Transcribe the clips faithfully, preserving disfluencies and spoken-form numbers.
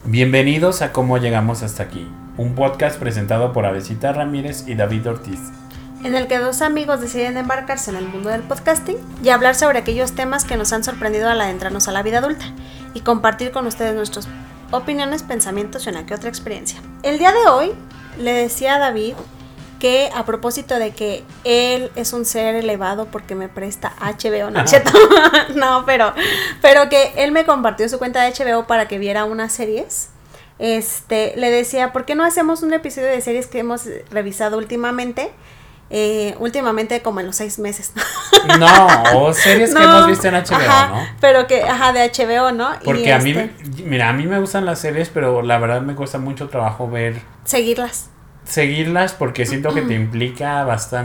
Bienvenidos a Cómo Llegamos Hasta Aquí, un podcast presentado por Avesita Ramírez y David Ortiz, en el que dos amigos deciden embarcarse en el mundo del podcasting y hablar sobre aquellos temas que nos han sorprendido al adentrarnos a la vida adulta y compartir con ustedes nuestras opiniones, pensamientos y una que otra experiencia. El día de hoy le decía a David que a propósito de que él es un ser elevado porque me presta H B O, no, no, pero, pero que él me compartió su cuenta de H B O para que viera unas series. Este, le decía, ¿por qué no hacemos un episodio de series que hemos revisado últimamente? Eh, últimamente como en los seis meses. No, o series no, que hemos visto en H B O, ajá, ¿no? Pero que, ajá, de H B O, ¿no? Porque y a este, mí, me, mira, a mí me gustan las series, pero la verdad me cuesta mucho trabajo ver... Seguirlas. Seguirlas porque siento que te implica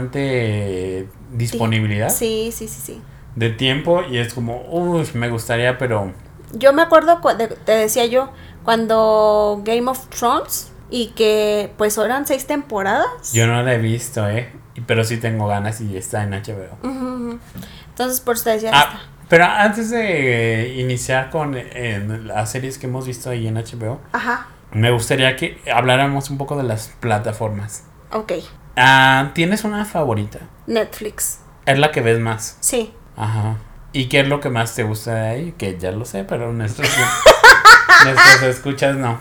bastante disponibilidad. Sí, sí, sí, sí. De tiempo y es como, uy, me gustaría, pero... Yo me acuerdo, te decía yo, cuando Game of Thrones y que pues eran seis temporadas. Yo no la he visto, ¿eh? Pero sí tengo ganas y está en H B O. Uh-huh. Entonces por eso te decía ah, esta. Pero antes de iniciar con eh, las series que hemos visto ahí en H B O, ajá, me gustaría que habláramos un poco de las plataformas. Ok. Ah, ¿tienes una favorita? Netflix. ¿Es la que ves más? Sí. Ajá. ¿Y qué es lo que más te gusta de ahí? Que ya lo sé, pero nuestros, nuestros escuchas no.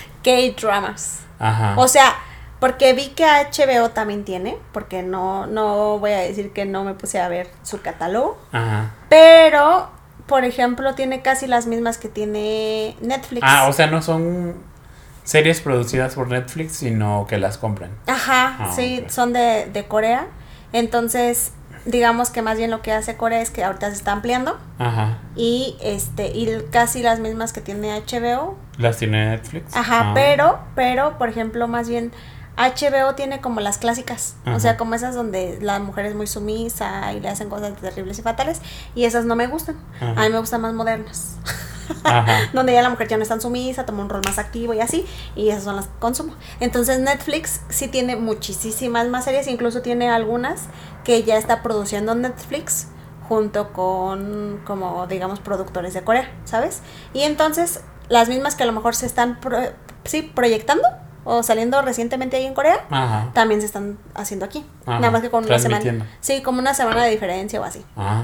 K-dramas. Ajá. O sea, porque vi que H B O también tiene, porque no, no voy a decir que no me puse a ver su catálogo. Ajá. Pero, por ejemplo, tiene casi las mismas que tiene Netflix. Ah, o sea, no son series producidas por Netflix, sino que las compran. Ajá, ah, sí, okay. son de, de Corea. Entonces, digamos que más bien lo que hace Corea es que ahorita se está ampliando. Ajá. Y este y casi las mismas que tiene H B O. ¿Las tiene Netflix? Ajá, ah. pero, pero, por ejemplo, más bien H B O tiene como las clásicas. Ajá. O sea, como esas donde la mujer es muy sumisa y le hacen cosas terribles y fatales. Y esas no me gustan. Ajá. A mí me gustan más modernas. Ajá. Donde ya la mujer ya no es tan sumisa, toma un rol más activo y así, y esas son las que consumo. Entonces Netflix sí tiene muchísimas más series, incluso tiene algunas que ya está produciendo Netflix junto con, como digamos, productores de Corea, ¿sabes? Y entonces las mismas que a lo mejor se están pro, sí, proyectando o saliendo recientemente ahí en Corea, Ajá. también se están haciendo aquí. Ajá. Nada más que con una semana. Sí, como una semana de diferencia o así. Ah.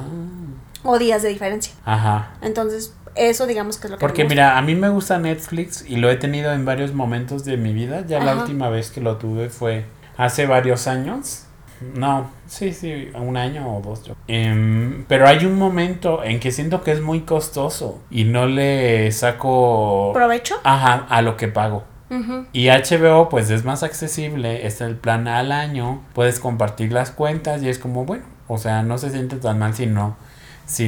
O días de diferencia. Ajá. Entonces, eso digamos que es lo que Porque me gusta. mira, a mí me gusta Netflix y lo he tenido en varios momentos de mi vida. Ya Ajá. La última vez que lo tuve fue hace varios años. No, sí, sí, un año o dos. Um, pero hay un momento en que siento que es muy costoso y no le saco... ¿Provecho? Ajá, a lo que pago. Uh-huh. Y H B O pues es más accesible, es el plan al año, puedes compartir las cuentas y es como, bueno, o sea, no se siente tan mal si no... si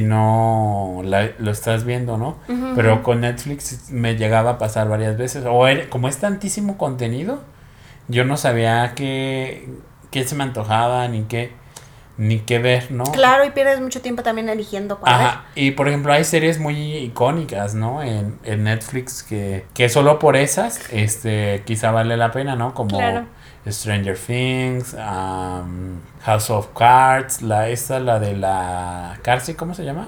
no la, lo estás viendo, ¿no? Uh-huh. Pero con Netflix me llegaba a pasar varias veces. O era, como es tantísimo contenido, yo no sabía qué, qué se me antojaba, ni qué, ni qué ver, ¿no? Claro, y pierdes mucho tiempo también eligiendo cuál ver. Ajá, y por ejemplo hay series muy icónicas, ¿no? En, en Netflix que, que solo por esas, este, quizá vale la pena, ¿no? Como... Claro. Stranger Things, um, House of Cards, la esta, la de la cárcel, ¿cómo se llama?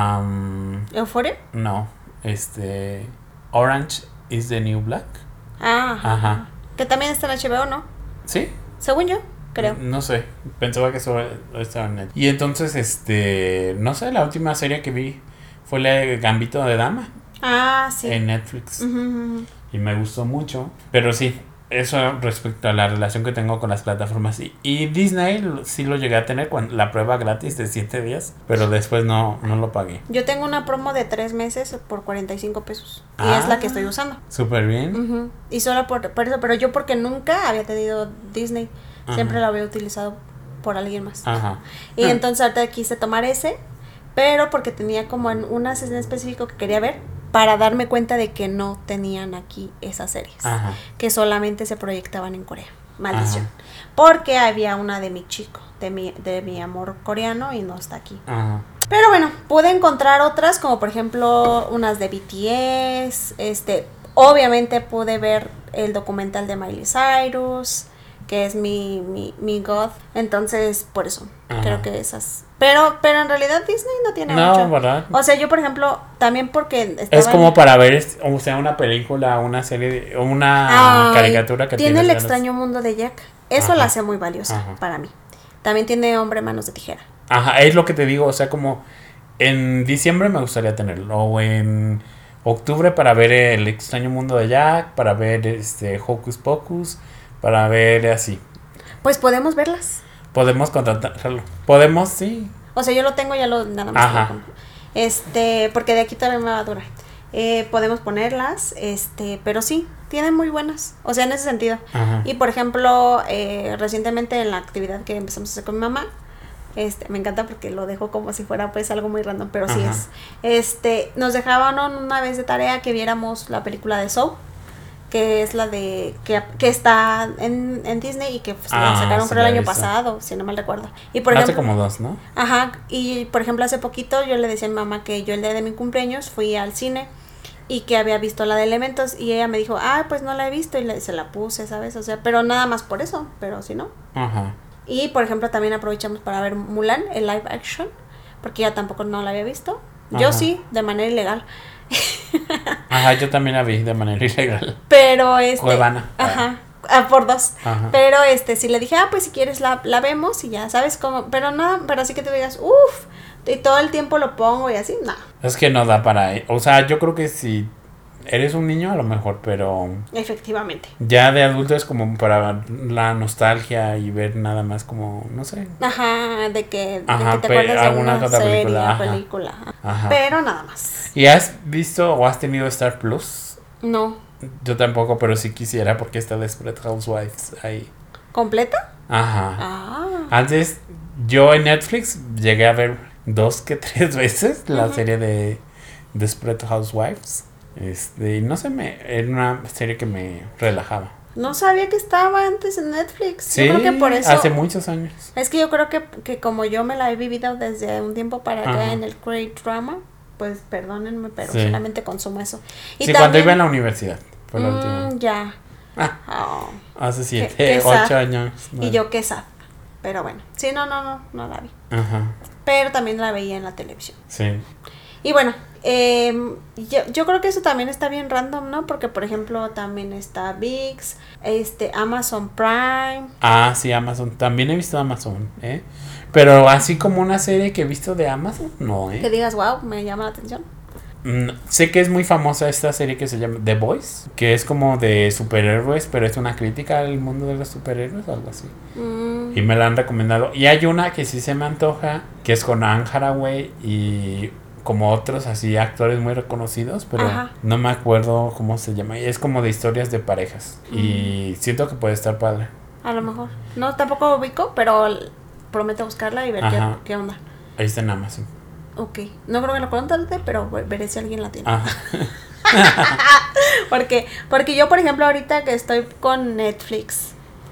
Um, ¿Euphoria? No, este, Orange is the New Black. Ah, ajá. Que también está en H B O, ¿no? Sí. Según yo, creo. No, no sé, pensaba que eso estaba en Netflix. Y entonces, este, no sé, la última serie que vi fue la de Gambito de Dama. Ah, sí. En Netflix. Uh-huh, uh-huh. Y me gustó mucho, pero sí. Eso respecto a la relación que tengo con las plataformas. Y, y Disney sí lo llegué a tener con la prueba gratis de siete días, pero después no, no lo pagué. Yo tengo una promo de tres meses por cuarenta y cinco pesos. Y ah, es la que estoy usando. Súper bien. Uh-huh. Y solo por, por eso, pero yo porque nunca había tenido Disney. Ajá. Siempre lo había utilizado por alguien más. Ajá. Y ah. entonces ahorita quise tomar ese, pero porque tenía como en unas en específico que quería ver, para darme cuenta de que no tenían aquí esas series. Ajá. Que solamente se proyectaban en Corea. Maldición. Ajá. Porque había una de mi chico, de mi, de mi amor coreano, y no está aquí. Ajá. Pero bueno, pude encontrar otras, como por ejemplo unas de B T S. Este, obviamente pude ver el documental de Miley Cyrus, que es mi, mi, mi god. Entonces, por eso, Ajá. creo que esas Pero, pero en realidad Disney no tiene no, mucho. ¿verdad? O sea, yo por ejemplo, también porque estaba Es como en- para ver, o sea, una película, una serie, de- una Ay, caricatura que tiene tienes el ganas- extraño mundo de Jack. Eso Ajá. la hace muy valiosa Ajá. para mí. También tiene Hombre Manos de Tijera. Ajá, es lo que te digo, o sea, como en diciembre me gustaría tenerlo, o en octubre para ver el extraño mundo de Jack, para ver este Hocus Pocus, para ver así. Pues podemos verlas. Podemos contratarlo. Podemos, sí. O sea, yo lo tengo, ya lo nada más. Ajá. lo compro. Este, porque de aquí también me va a durar. Eh, podemos ponerlas, este, pero sí, tienen muy buenas. O sea, en ese sentido. Ajá. Y por ejemplo, eh, recientemente en la actividad que empezamos a hacer con mi mamá, este, me encanta porque lo dejo como si fuera pues algo muy random, pero sí Ajá. es. Este, nos dejaban una vez de tarea que viéramos la película de Soul, que es la de que, que está en, en Disney y que pues, la Ah, sacaron sí creo el la he año visto. pasado, si no mal recuerdo. Y por Hace ejemplo, como dos, ¿no? ajá, y por ejemplo hace poquito yo le decía a mi mamá que yo el día de mi cumpleaños fui al cine y que había visto la de Elementos y ella me dijo, ah, pues no la he visto y le, se la puse, ¿sabes? O sea, pero nada más por eso, pero si no. Ajá. Y por ejemplo también aprovechamos para ver Mulan, el live action, porque ya tampoco no la había visto. Yo Ajá. sí, de manera ilegal. Ajá, yo también la vi de manera ilegal. Pero este... Cuevana. Ajá. Ah, por dos. Ajá. Pero este, si le dije, ah, pues si quieres la, la vemos y ya sabes cómo. Pero nada, pero así que te digas, uff, y todo el tiempo lo pongo y así, no. Es que no da para... O sea, yo creo que si eres un niño a lo mejor, pero Efectivamente. ya de adulto es como para la nostalgia y ver nada más como, no sé. Ajá, de que, Ajá, de que te pe- acuerdas de alguna una otra serie, película, ajá. película. Ajá. Pero nada más. ¿Y has visto o has tenido Star Plus? No. Yo tampoco, pero sí quisiera porque está Desperate Housewives ahí. ¿Completa? Ajá. Ah. Antes, yo en Netflix llegué a ver dos que tres veces la Ujú. serie de Desperate Housewives. Este, y no sé, me, era una serie que me relajaba. No sabía que estaba antes en Netflix. Sí, yo creo que por eso. hace muchos años. Es que yo creo que, que como yo me la he vivido desde un tiempo para acá Ajá. en el Great Drama, pues perdónenme, pero Sí. solamente consumo eso. Y Sí, cuando también, iba en la universidad. Fue la mm, última. ya. Ah, Oh. hace siete, Qué- qué sad. ocho años. Y nueve. yo qué sad. Pero bueno, sí, no, no, no, no la vi. Ajá, Pero también la veía en la televisión. sí. Y bueno, eh, yo, yo creo que eso también está bien random, ¿no? Porque, por ejemplo, también está ViX, este, Amazon Prime. Ah, sí, Amazon. También he visto Amazon, ¿eh? Pero así como una serie que he visto de Amazon, no, Que ¿eh? digas, wow, me llama la atención. Mm, sé que es muy famosa esta serie que se llama The Boys, que es como de superhéroes, pero es una crítica al mundo de los superhéroes o algo así. Mm, Y me la han recomendado. Y hay una que sí se me antoja, que es con Anne Hathaway y como otros así actores muy reconocidos, pero Ajá. no me acuerdo cómo se llama. Y es como de historias de parejas. Mm. Y siento que puede estar padre. a lo mejor. No, tampoco ubico, pero l- prometo buscarla y ver qué, Ajá. qué onda. Ahí está en Amazon. Ok. No creo que lo contrate, pero ve- veré si alguien la tiene. Ajá. Porque, porque yo, por ejemplo, ahorita que estoy con Netflix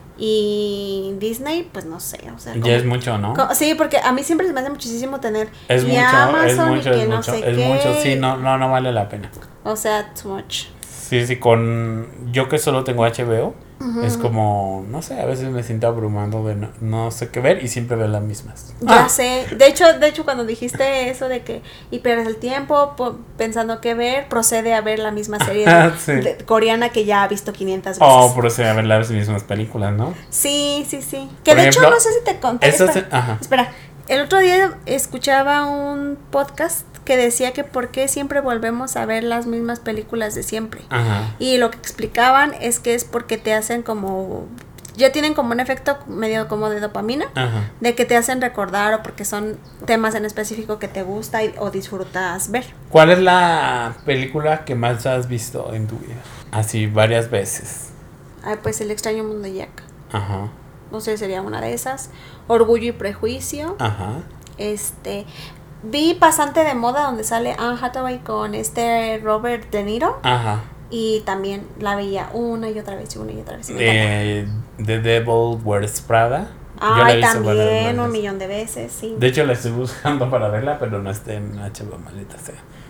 y Disney, pues no sé, o sea, como- Ya es mucho, ¿no? co- sí, porque a mí siempre se me hace muchísimo tener Es y mucho, es Amazon mucho, y que es no mucho, sé es qué. mucho. Sí, no, no, no vale la pena. O sea, too much. Sí, sí, con yo que solo tengo H B O, es como, no sé, a veces me siento abrumando de no, no sé qué ver y siempre veo las mismas. Ya Ah, sé. De hecho, de hecho cuando dijiste eso de que y pierdes el tiempo po- pensando qué ver, procede a ver la misma serie de- Sí. de- coreana que ya ha visto quinientas veces. O procede a ver las mismas películas, ¿no? Sí, sí, sí. Que Por de hecho ejemplo, no sé si te conté. Eso espera, se- ajá. espera, el otro día escuchaba un podcast que decía que por qué siempre volvemos a ver las mismas películas de siempre. Ajá. Y lo que explicaban es que es porque te hacen como ya tienen como un efecto medio como de dopamina. Ajá. De que te hacen recordar o porque son temas en específico que te gusta y- o disfrutas ver. ¿Cuál es la película que más has visto en tu vida? Así, varias veces. Ay, pues El extraño mundo de Jack. Ajá. No sé, sería una de esas. Orgullo y prejuicio. Ajá. Este, vi Pasante de moda donde sale Anne Hathaway con este Robert De Niro Ajá. y también la veía una y otra vez y una y otra vez. y me encanta. Eh, The Devil Wears Prada. Yo la he Ay, visto varias también un veces. millón de veces, sí. De hecho, la estoy buscando para verla, pero no está en H B O, maldita sea.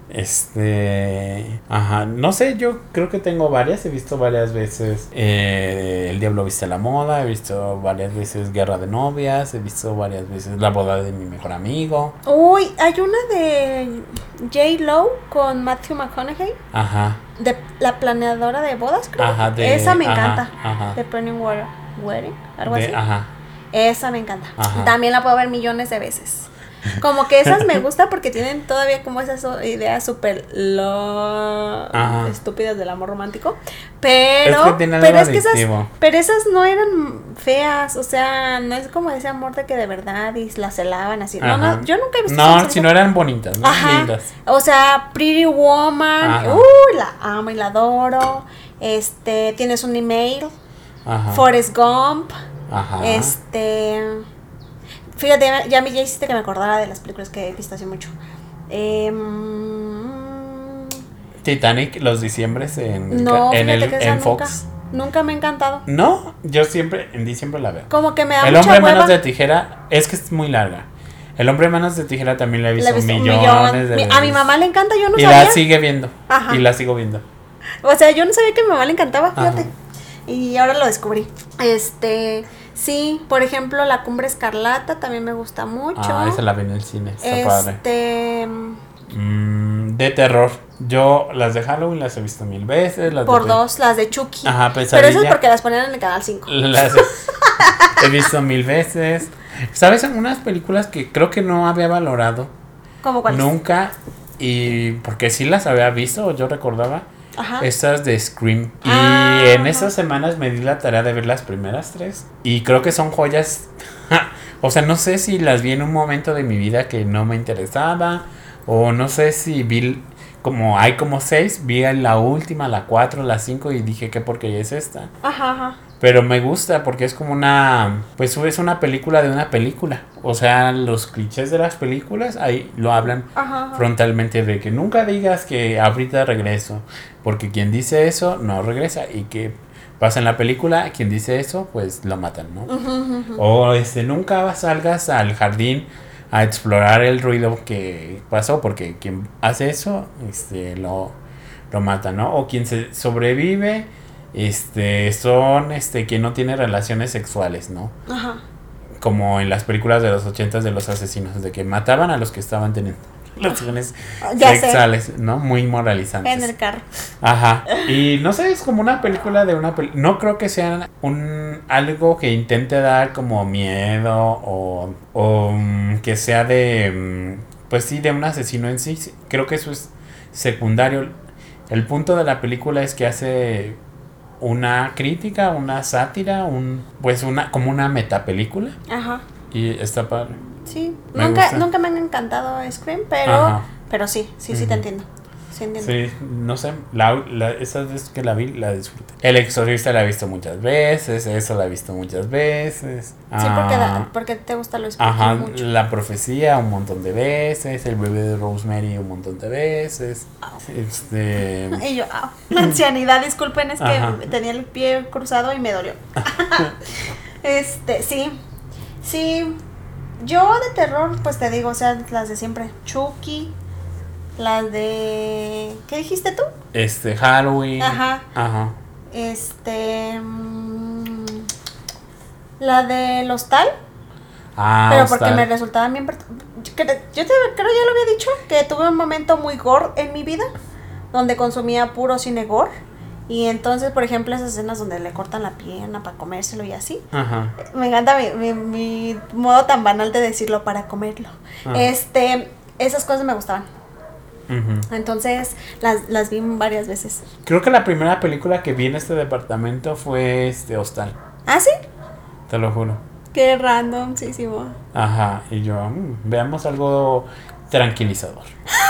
Este, ajá, no sé, yo creo que tengo varias, he visto varias veces eh, El Diablo Viste la Moda, he visto varias veces Guerra de Novias, he visto varias veces La Boda de mi Mejor Amigo. Uy, hay una de J. Lo con Matthew McConaughey. Ajá. De la planeadora de bodas, creo. Ajá, de, Esa me ajá, encanta. Ajá. The Planning Wedding, algo De, así. ajá. Esa me encanta. Ajá. También la puedo ver millones de veces. Como que esas me gusta porque tienen todavía como esas ideas súper lo... estúpidas del amor romántico. Pero, es que tiene pero algo es que adictivo. esas, pero esas no eran feas, o sea, no es como ese amor de que de verdad y la celaban así. No, no, yo nunca he visto. No, si no eran bonitas, ¿no? Ajá. Lindas. O sea, Pretty Woman, Ajá. uy, la amo y la adoro. Este, tienes un email. Ajá. Forrest Gump. Ajá. Este, fíjate, ya me ya hiciste que me acordara de las películas que he visto hace mucho. Eh, Titanic, los diciembres en, no, en, el, que esa en nunca, Fox. Nunca me ha encantado. No, yo siempre en diciembre la veo. Como que me da El mucha hombre hueva. manos de tijera es que es muy larga. El hombre manos de tijera también la he visto, La he visto un millones millón. de Mi- veces. A mi mamá le encanta, yo no y sabía. la sigue viendo. Ajá. Y la sigo viendo. O sea, yo no sabía que a mi mamá le encantaba, fíjate. Ajá. Y ahora lo descubrí. Este, sí, por ejemplo, La Cumbre Escarlata también me gusta mucho. Ah, esa la vi en el cine, está padre. Este, Mm, de terror. Yo las de Halloween las he visto mil veces. Las por de dos, las de Chucky. Ajá, Pero Pesadilla. eso es porque las ponían en el canal cinco. Las he visto mil veces. ¿Sabes? Unas películas que creo que no había valorado ¿Cómo cuáles? nunca. Y porque sí las había visto, yo recordaba. Ajá. Estas de Scream. Y Ah, en ajá. esas semanas me di la tarea de ver las primeras tres. Y creo que son joyas. O sea, no sé si las vi en un momento de mi vida que no me interesaba. O no sé si vi, como hay como seis, vi la última, la cuatro, la cinco y dije qué porquería es esta. Ajá, ajá. Pero me gusta porque es como una, pues es una película de una película. O sea, los clichés de las películas ahí lo hablan Ajá, ajá. frontalmente de que nunca digas que ahorita regreso. Porque quien dice eso no regresa y que pasa en la película, quien dice eso pues lo matan, ¿no? Ujú, ujú. O este, nunca salgas al jardín a explorar el ruido que pasó, porque quien hace eso, este, lo, lo mata, ¿no? O quien se sobrevive, este, son, este, quien no tiene relaciones sexuales, ¿no? Ajá. Como en las películas de los ochentas de los asesinos, de que mataban a los que estaban teniendo relaciones Ya sé. sexuales, ¿no? Muy moralizantes. En el carro. Ajá. Y no sé, es como una película de una pel- no creo que sea un algo que intente dar como miedo o, o mm, que sea de mm, pues sí, de un asesino en sí. Sí, creo que eso es secundario. El punto de la película es que hace una crítica, una sátira, un pues una como una metapelícula Ajá. y está padre. Sí. Me Nunca, gusta. nunca me han encantado Scream, pero, Ajá. pero sí, sí, sí Ujú. te entiendo. Sí entiendo. Sí, no sé, la, la, esa vez que la vi, la disfruté. El Exorcista la he visto muchas veces, eso la he visto muchas veces. Sí, porque, Ah, da- porque te gusta lo spooky ajá, mucho. La Profecía un montón de veces, El Bebé de Rosemary un montón de veces. Este... Y yo, ah, la ancianidad, disculpen, es que Ajá. tenía el pie cruzado y me dolió. Este, sí. Sí. Yo de terror, pues te digo, o sea, las de siempre. Chucky, las de... ¿Qué dijiste tú? Este, Halloween. Ajá. Ajá. Este... mm, la del hostal, Ah, pero porque Hostal. me resultaba bien... per- Yo, cre- yo te, creo ya lo había dicho, que tuve un momento muy gore en mi vida, donde consumía puro cine gore. Y entonces, por ejemplo, esas escenas donde le cortan la pierna para comérselo y así. Ajá. Me encanta mi, mi, mi modo tan banal de decirlo, para comerlo. Ajá. Este, esas cosas me gustaban. Ujú. Entonces, las, las vi varias veces. Creo que la primera película que vi en este departamento fue este Hostal. ¿Ah, sí? Te lo juro. Qué randomísimo. Ajá. Y yo, mm, veamos algo tranquilizador.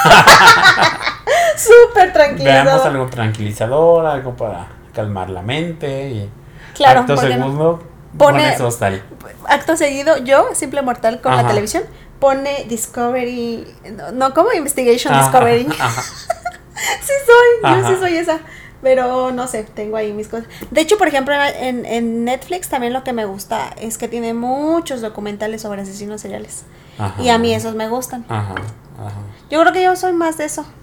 Súper tranquilo. Veamos algo tranquilizador, algo para calmar la mente. Y Claro, acto ¿por qué no? segundo, Pone- pones Hostal. Acto seguido, yo, simple mortal con Ajá. la televisión, pone Discovery. No, no como Investigation Ajá, Discovery. ajá. Sí soy, yo Ajá. sí soy esa. Pero no sé, tengo ahí mis cosas. De hecho, por ejemplo, en, en Netflix también lo que me gusta es que tiene muchos documentales sobre asesinos seriales. Ajá. Y a mí esos me gustan. Ajá, ajá. Yo creo que yo soy más de eso.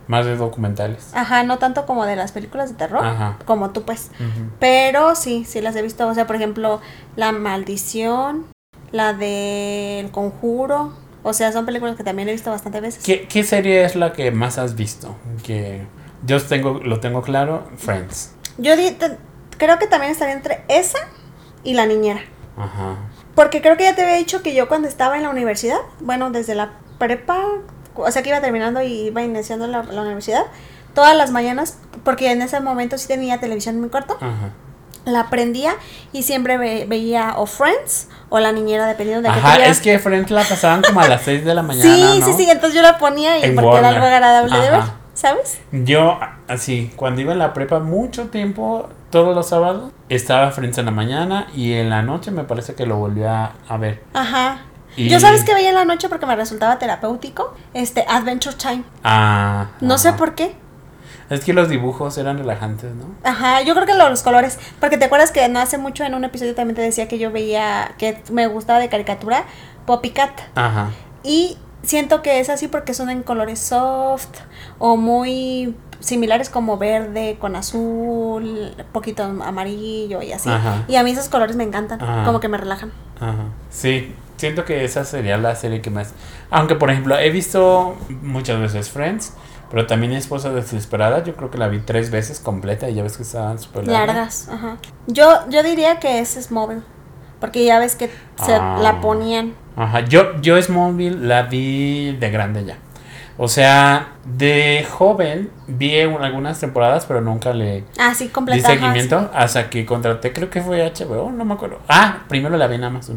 Más de documentales. Ajá, no tanto como de las películas de terror, Ajá. como tú pues. Uh-huh. Pero sí, sí las he visto. O sea, por ejemplo, La Maldición, la de El Conjuro. O sea, son películas que también he visto bastantes veces. ¿Qué, qué serie es la que más has visto? Que yo tengo, lo tengo claro, Friends. Yo di, te, creo que también estaría entre esa y La Niñera. Ajá. Porque creo que ya te había dicho que yo cuando estaba en la universidad, bueno, desde la prepa, o sea que iba terminando y iba iniciando la, la universidad, todas las mañanas, porque en ese momento sí tenía televisión en mi cuarto, Ajá. la prendía y siempre ve, veía o Friends o La Niñera, dependiendo de qué Ajá, tuviera. es que Friends la pasaban como a las seis de la mañana, Sí, ¿no? sí, sí, entonces yo la ponía y En porque Warner. era algo agradable de ver, Ajá. ¿sabes? Yo, así, cuando iba en la prepa, mucho tiempo, todos los sábados, estaba Friends en la mañana y en la noche me parece que lo volví a, a ver. Ajá. Y- Yo sabes que veía en la noche porque me resultaba terapéutico, este, Adventure Time. Ah. No ajá. sé por qué. Es que los dibujos eran relajantes, ¿no? Ajá, yo creo que los colores, porque te acuerdas que no hace mucho en un episodio también te decía que yo veía, que me gustaba de caricatura, Poppy Cat. Ajá. Y siento que es así porque son en colores soft o muy similares como verde con azul, poquito amarillo y así. Ajá. Y a mí esos colores me encantan, Ajá. como que me relajan. Ajá. Sí, siento que esa sería la serie que más... Aunque, por ejemplo, he visto muchas veces Friends, pero también Esposa Desesperada, yo creo que la vi tres veces completa y ya ves que estaban súper largas. Largas, ajá. Yo, yo diría que es Smallville, porque ya ves que se Ah. la ponían. Ajá, yo, yo Smallville la vi de grande ya. O sea, de joven vi un- algunas temporadas, pero nunca le Ah, sí, di completa. ajá, seguimiento sí. hasta que contraté, creo que fue H B O, no me acuerdo. Ah, primero la vi en Amazon.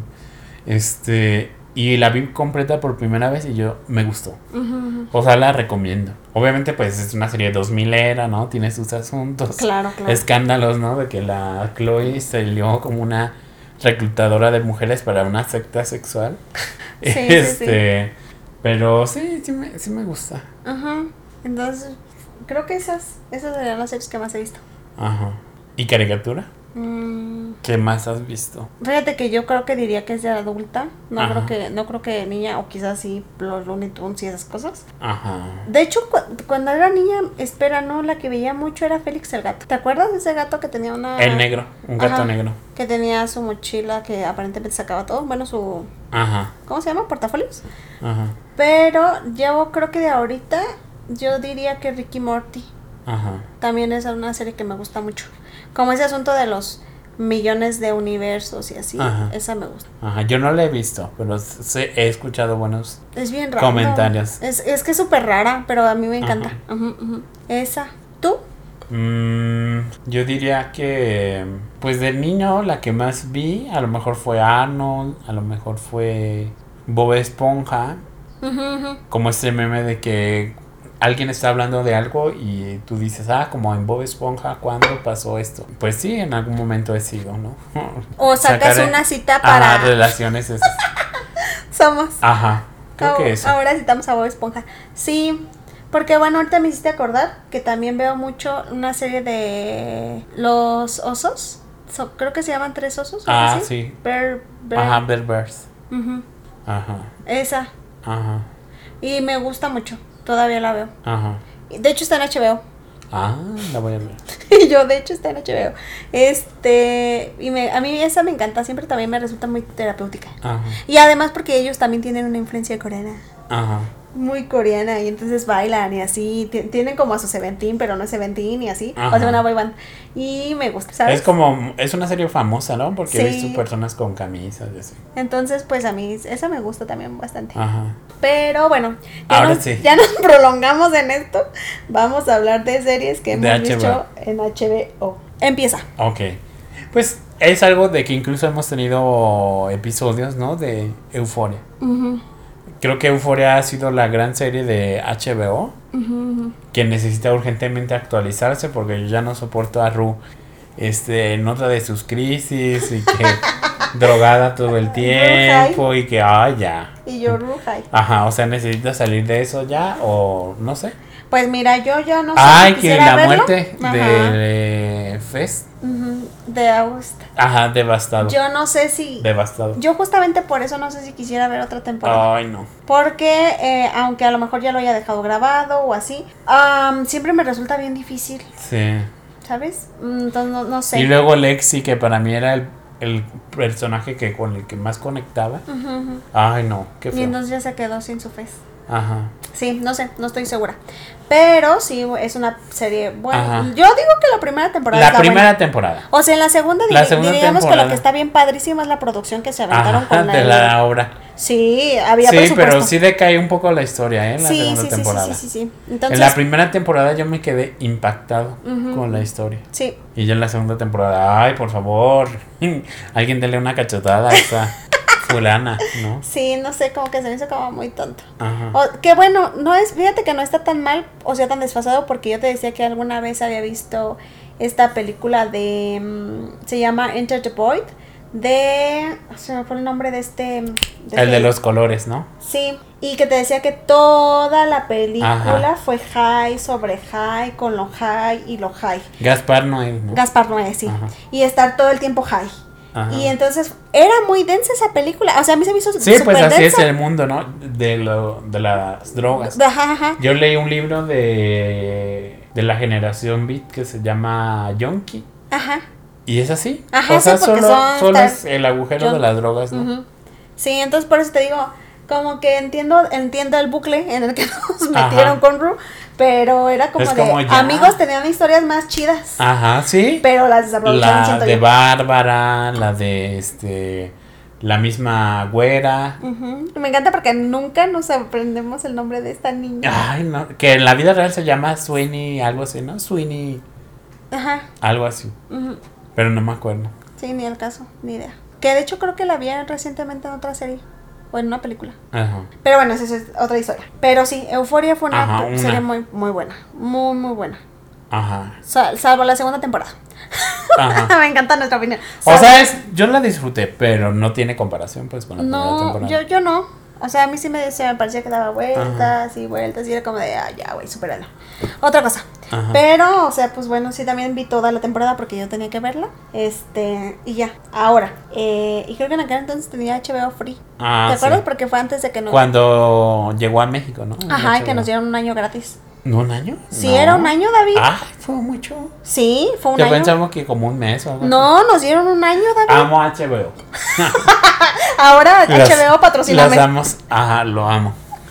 Este, y la vi completa por primera vez y yo me gustó. Ujú, ujú. O sea, la recomiendo. Obviamente, pues es una serie dos milera, ¿no? Tiene sus asuntos. Claro, claro. Escándalos, ¿no? De que la Chloe se lió como una reclutadora de mujeres para una secta sexual. Sí, sí, este, pero sí, sí me, sí me gusta. Ajá. Entonces, creo que esas, esas serían las series que más he visto. Ajá. ¿Y caricatura? Mm, ¿Qué más has visto? fíjate que yo creo que diría que es de adulta. No Ajá. creo que, no creo que de niña, o quizás sí los Looney Tunes y esas cosas. Ajá. De hecho, cu- cuando era niña, espera, no, la que veía mucho era Félix el gato. ¿Te acuerdas de ese gato que tenía una... El negro, un gato Ajá. negro. Que tenía su mochila que aparentemente sacaba todo. Bueno, su... Ajá. ¿Cómo se llama? ¿Portafolios? Ajá. Pero yo creo que de ahorita, yo diría que Ricky Morty. Ajá. También es una serie que me gusta mucho. Como ese asunto de los millones de universos y así. Ajá. Esa me gusta. Ajá. Yo no la he visto, pero sé, he escuchado buenos Es bien raro. comentarios. Es, es que es súper rara, pero a mí me encanta. Ajá. Ujú, ujú. Esa. ¿Tú? Mm, yo diría que, pues de niño, la que más vi, a lo mejor fue Arnold, a lo mejor fue Bob Esponja, Ujú, ujú. como este meme de que alguien está hablando de algo y tú dices, ah, como en Bob Esponja, ¿cuándo pasó esto? Pues sí, en algún momento he sido, ¿no? O sacas Sacar- una cita para... Ajá, relaciones esas. Somos. Ajá, creo Ahora- que eso. Ahora citamos a Bob Esponja. Sí, porque bueno, ahorita me hiciste acordar que también veo mucho una serie de los osos. So- creo que se llaman Tres Osos. ¿algo Ah, así? sí. Bear, Bear- Ajá, Bear Bears. Ujú. Ajá, Esa. ajá, Y me gusta mucho. Todavía la veo. ajá. Y de hecho está en H B O. Ah, la voy a ver. Y yo, de hecho, está en H B O. Este. Y me, a mí esa me encanta. Siempre también me resulta muy terapéutica. Ajá, Y además porque ellos también tienen una influencia coreana. ajá. Muy coreana. Y entonces bailan y así. Ti- Tienen como a su Seventeen, pero no es Seventeen y así. Ajá. O sea, una boy band. Y me gusta, ¿sabes? Es como, es una serie famosa, ¿no? Porque he Sí. visto personas con camisas y así. Entonces, pues a mí esa me gusta también bastante. Ajá. Pero bueno, ya, Ahora nos, sí. ya nos prolongamos en esto. Vamos a hablar de series que De hemos H B O. visto en H B O. Empieza. Ok. Pues es algo de que incluso hemos tenido episodios, ¿no? De Euforia. Ujú, Creo que Euforia ha sido la gran serie de H B O ujú, ujú. que necesita urgentemente actualizarse porque yo ya no soporto a Ru este, en otra de sus crisis y que drogada todo el tiempo y que, ay, ya. Y yo, Ruhai. Ajá, o sea, necesita salir de eso ya o no sé. Pues mira, yo ya no sé Ay, si que quisiera la verlo. muerte Ajá. de Fest. Ujú. De Augusta. Ajá, devastado. Yo no sé si... Devastado. Yo justamente por eso no sé si quisiera ver otra temporada. Ay, no. Porque, eh, aunque a lo mejor ya lo haya dejado grabado o así, um, siempre me resulta bien difícil. Sí. ¿Sabes? Entonces, no, no sé. Y luego Lexi, que para mí era el, el personaje que con el que más conectaba. Uh-huh, uh-huh. Ay, no, qué feo. Y entonces ya se quedó sin su face. Ajá. Sí, no sé, no estoy segura. Pero sí, es una serie buena. Ajá. Yo digo que la primera temporada La es la primera buena. temporada. O sea, en la segunda, La dir- segunda diríamos temporada. que lo que está bien padrísimo es la producción que se aventaron Ajá, con de el- la obra. Sí, había Sí, presupuesto. pero sí decae un poco la historia, ¿eh? En la sí, segunda sí, sí, temporada. sí, sí, sí, sí. Entonces, En la primera temporada yo me quedé impactado Ujú. con la historia. sí. Y ya en la segunda temporada, ay, por favor, alguien dele una cachetada a esa fulana, ¿no? Sí, no sé, como que se me hizo como muy tonto. Ajá. O, que bueno, no es, fíjate que no está tan mal, o sea, tan desfasado, porque yo te decía que alguna vez había visto esta película de, mm, se llama Enter the Void, de, se me fue el nombre de este... de El este- de los colores, ¿no? Sí, y que te decía que toda la película Ajá. fue high sobre high, con lo high y lo high. Gaspar Noé, ¿no? Gaspar Noé, sí. Ajá. Y estar todo el tiempo high. Ajá. Y entonces era muy densa esa película. O sea, a mí se me hizo Sí, pues súper así densa. es el mundo, ¿no? De, lo, de las drogas. Ajá, ajá. Yo leí un libro de, de la generación Beat que se llama Yonki. Ajá. Y es así. Ajá, o sea, sí, porque solo, son solo estar- es el agujero Yon- de las drogas, ¿no? Ujú. Sí, entonces por eso te digo, como que entiendo, entiendo el bucle en el que nos metieron Ajá. con Ru, pero era como Es de como ya. amigos tenían historias más chidas. Ajá, sí. Pero las desaprovecharon, La siento de yo. Bárbara, la de este, la misma güera. Ujú. Me encanta porque nunca nos aprendemos el nombre de esta niña. Ay, no, que en la vida real se llama Sweeney, algo así, ¿no? Sweeney, Ajá. algo así. Ujú. Pero no me acuerdo. Sí, ni el caso, ni idea. Que de hecho creo que la vi recientemente en otra serie. O en una película. Ajá. Pero bueno, esa es otra historia. Pero sí, Euphoria fue una, Ajá, pe- una. serie muy, muy buena. Muy, muy buena. Ajá. Sal- salvo la segunda temporada. Ajá. Me encanta nuestra opinión. O Salvo- sea, es, yo la disfruté, pero no tiene comparación pues con la primera no, temporada. yo, yo no. O sea, a mí sí me, se me parecía que daba vueltas y vueltas y era como de, ah, ya, güey, supéralo. Otra cosa. Ajá. Pero, o sea, pues bueno, sí también vi toda la temporada porque yo tenía que verla. Este, y ya. Ahora, eh, y creo que en aquel entonces tenía H B O Free. Ah, ¿Te acuerdas? sí. Porque fue antes de que nos... Cuando llegó a México, ¿no? Ajá, y H B O. que nos dieron un año gratis. ¿No un año? Sí, No. era un año, David. Ah, fue mucho. Sí, fue un Yo año. pensaba que como un mes o algo No, nos dieron un año, así. David. Amo H B O. Ahora Las- H B O patrocíname. Las amos. Ajá, lo amo.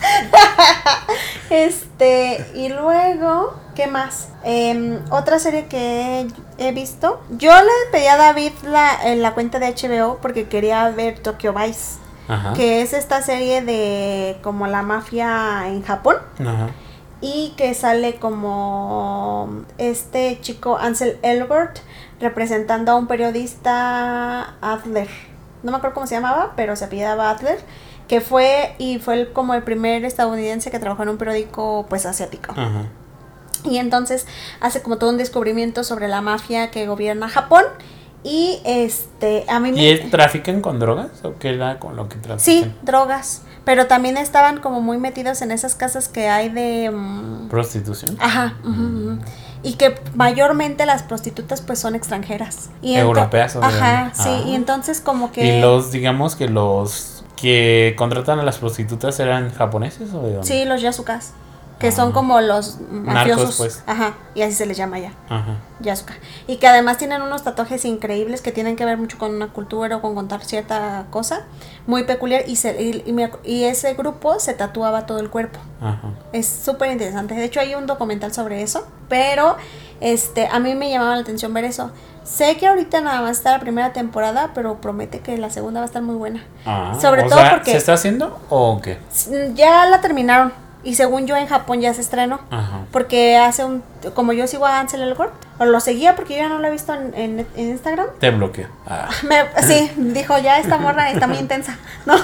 Este, y luego, ¿qué más? Em, otra serie que he, he visto. Yo le pedí a David la, en la cuenta de H B O porque quería ver Tokyo Vice, Ajá. que es esta serie de como la mafia en Japón. Ajá. Y que sale como este chico Ansel Elgort representando a un periodista Adler. No me acuerdo cómo se llamaba, pero se apellidaba Adler. Que fue y fue el- como el primer estadounidense que trabajó en un periódico pues asiático. Ajá. Y entonces hace como todo un descubrimiento sobre la mafia que gobierna Japón. Y este, a mí me... ¿Y es- trafican con drogas o qué era con lo que trafican? Sí, drogas. Pero también estaban como muy metidos en esas casas que hay de... mm, ¿Prostitución? Ajá, ujú, ujú. Y que mayormente las prostitutas pues son extranjeras. Y ento- Europeas, Ajá, obviamente. sí, Ah. y entonces como que... ¿Y los, digamos que los que contratan a las prostitutas eran japoneses o de dónde? Sí, los yasukas, que Ah. son como los mafiosos. Narcos, pues. Ajá, y así se les llama ya, Ajá. yasuka. Y que además tienen unos tatuajes increíbles que tienen que ver mucho con una cultura o con contar cierta cosa muy peculiar. Y, se, y, y me ac- y ese grupo se tatuaba todo el cuerpo. Ajá. Es súper interesante. De hecho, hay un documental sobre eso. Pero este, a mí me llamaba la atención ver eso. Sé que ahorita nada más está la primera temporada, pero promete que la segunda va a estar muy buena. Ah, Sobre o todo sea, porque- ¿se está haciendo o qué? S- Ya la terminaron. Y según yo, en Japón ya se estrenó. Ajá. Porque hace un... Como yo sigo a Ansel Elgort, o lo seguía porque yo ya no lo he visto en, en, en Instagram. Te bloqueo. Ah. Me- sí, dijo, ya esta morra está muy intensa, ¿no?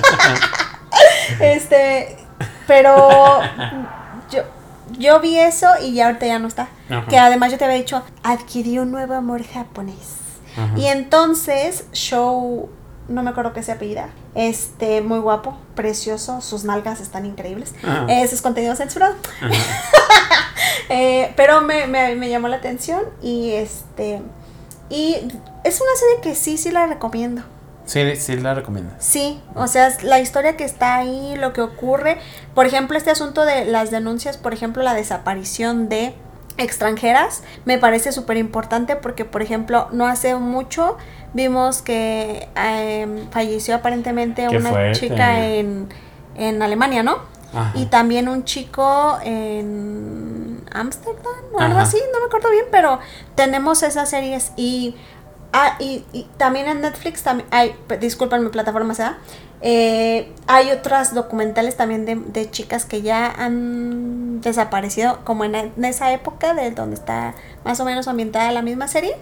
este, pero yo, yo vi eso y ya ahorita ya no está. Ajá. Que además yo te había dicho, adquirió un nuevo amor japonés. Ajá. Y entonces, Show, no me acuerdo qué se apellida, este, muy guapo, precioso, sus nalgas están increíbles. Ajá. Ese es contenido censurado. Eh, pero me, me, me llamó la atención y este Y es una serie que sí, sí la recomiendo. Sí, sí la recomiendo. Sí, o sea, la historia que está ahí, lo que ocurre. Por ejemplo, este asunto de las denuncias, por ejemplo, la desaparición de extranjeras, me parece súper importante porque, por ejemplo, no hace mucho vimos que eh, falleció aparentemente Qué una fuerte. chica en, en Alemania, ¿no? Ajá. Y también un chico en Ámsterdam o algo Ajá. así, no me acuerdo bien, pero tenemos esas series y... Ah, y, y también en Netflix, también hay, disculpen mi plataforma, ¿verdad? Eh, hay otras documentales también de, de chicas que ya han desaparecido, como en, en esa época de donde está más o menos ambientada la misma serie,